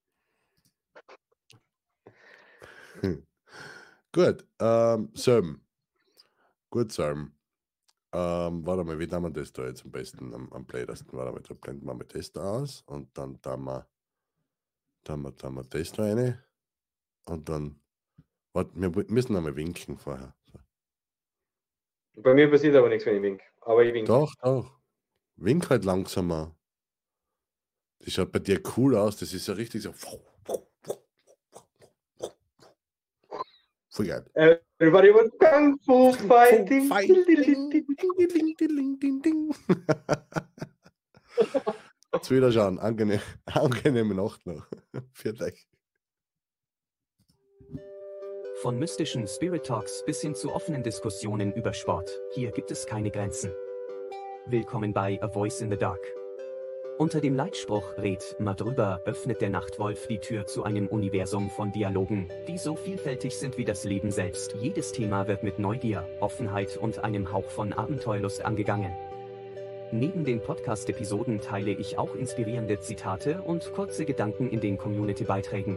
Hm. Gut. Ähm, Sam. Gut, Sam. Ähm, warte mal, wie tun wir das da jetzt am besten, am, am blödesten? Warte mal, da blenden wir mit das da aus und dann tun wir, tun wir, tun wir das da rein und dann, warte, wir müssen einmal winken vorher. So. Bei mir passiert aber nichts, wenn ich wink. Aber ich wink. Doch, doch. Wink halt langsamer. Das schaut bei dir cool aus, das ist ja richtig so. Voll geil. Everybody was Kung Fu Fighting. Fighting. Jetzt wieder schauen. Angenehm, angenehme Nacht noch. Für euch. Von mystischen Spirit Talks bis hin zu offenen Diskussionen über Sport, hier gibt es keine Grenzen. Willkommen bei A Voice in the Dark. Unter dem Leitspruch "Red mal drüber" öffnet der Nachtwolf die Tür zu einem Universum von Dialogen, die so vielfältig sind wie das Leben selbst. Jedes Thema wird mit Neugier, Offenheit und einem Hauch von Abenteuerlust angegangen. Neben den Podcast-Episoden teile ich auch inspirierende Zitate und kurze Gedanken in den Community-Beiträgen.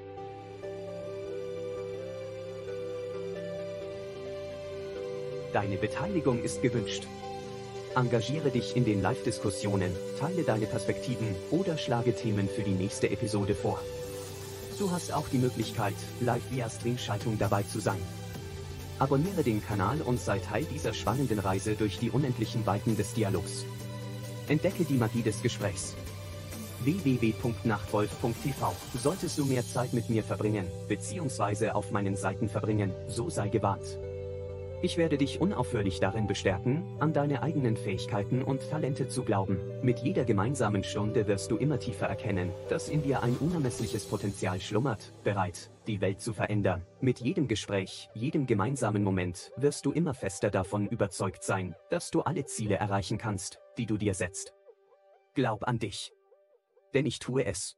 Deine Beteiligung ist gewünscht. Engagiere dich in den Live-Diskussionen, teile deine Perspektiven oder schlage Themen für die nächste Episode vor. Du hast auch die Möglichkeit, live via Streamschaltung dabei zu sein. Abonniere den Kanal und sei Teil dieser spannenden Reise durch die unendlichen Weiten des Dialogs. Entdecke die Magie des Gesprächs. w w w punkt nachtwolf punkt t v. Solltest du mehr Zeit mit mir verbringen, beziehungsweise auf meinen Seiten verbringen, so sei gewarnt. Ich werde dich unaufhörlich darin bestärken, an deine eigenen Fähigkeiten und Talente zu glauben. Mit jeder gemeinsamen Stunde wirst du immer tiefer erkennen, dass in dir ein unermessliches Potenzial schlummert, bereit, die Welt zu verändern. Mit jedem Gespräch, jedem gemeinsamen Moment wirst du immer fester davon überzeugt sein, dass du alle Ziele erreichen kannst, die du dir setzt. Glaub an dich. Denn ich tue es.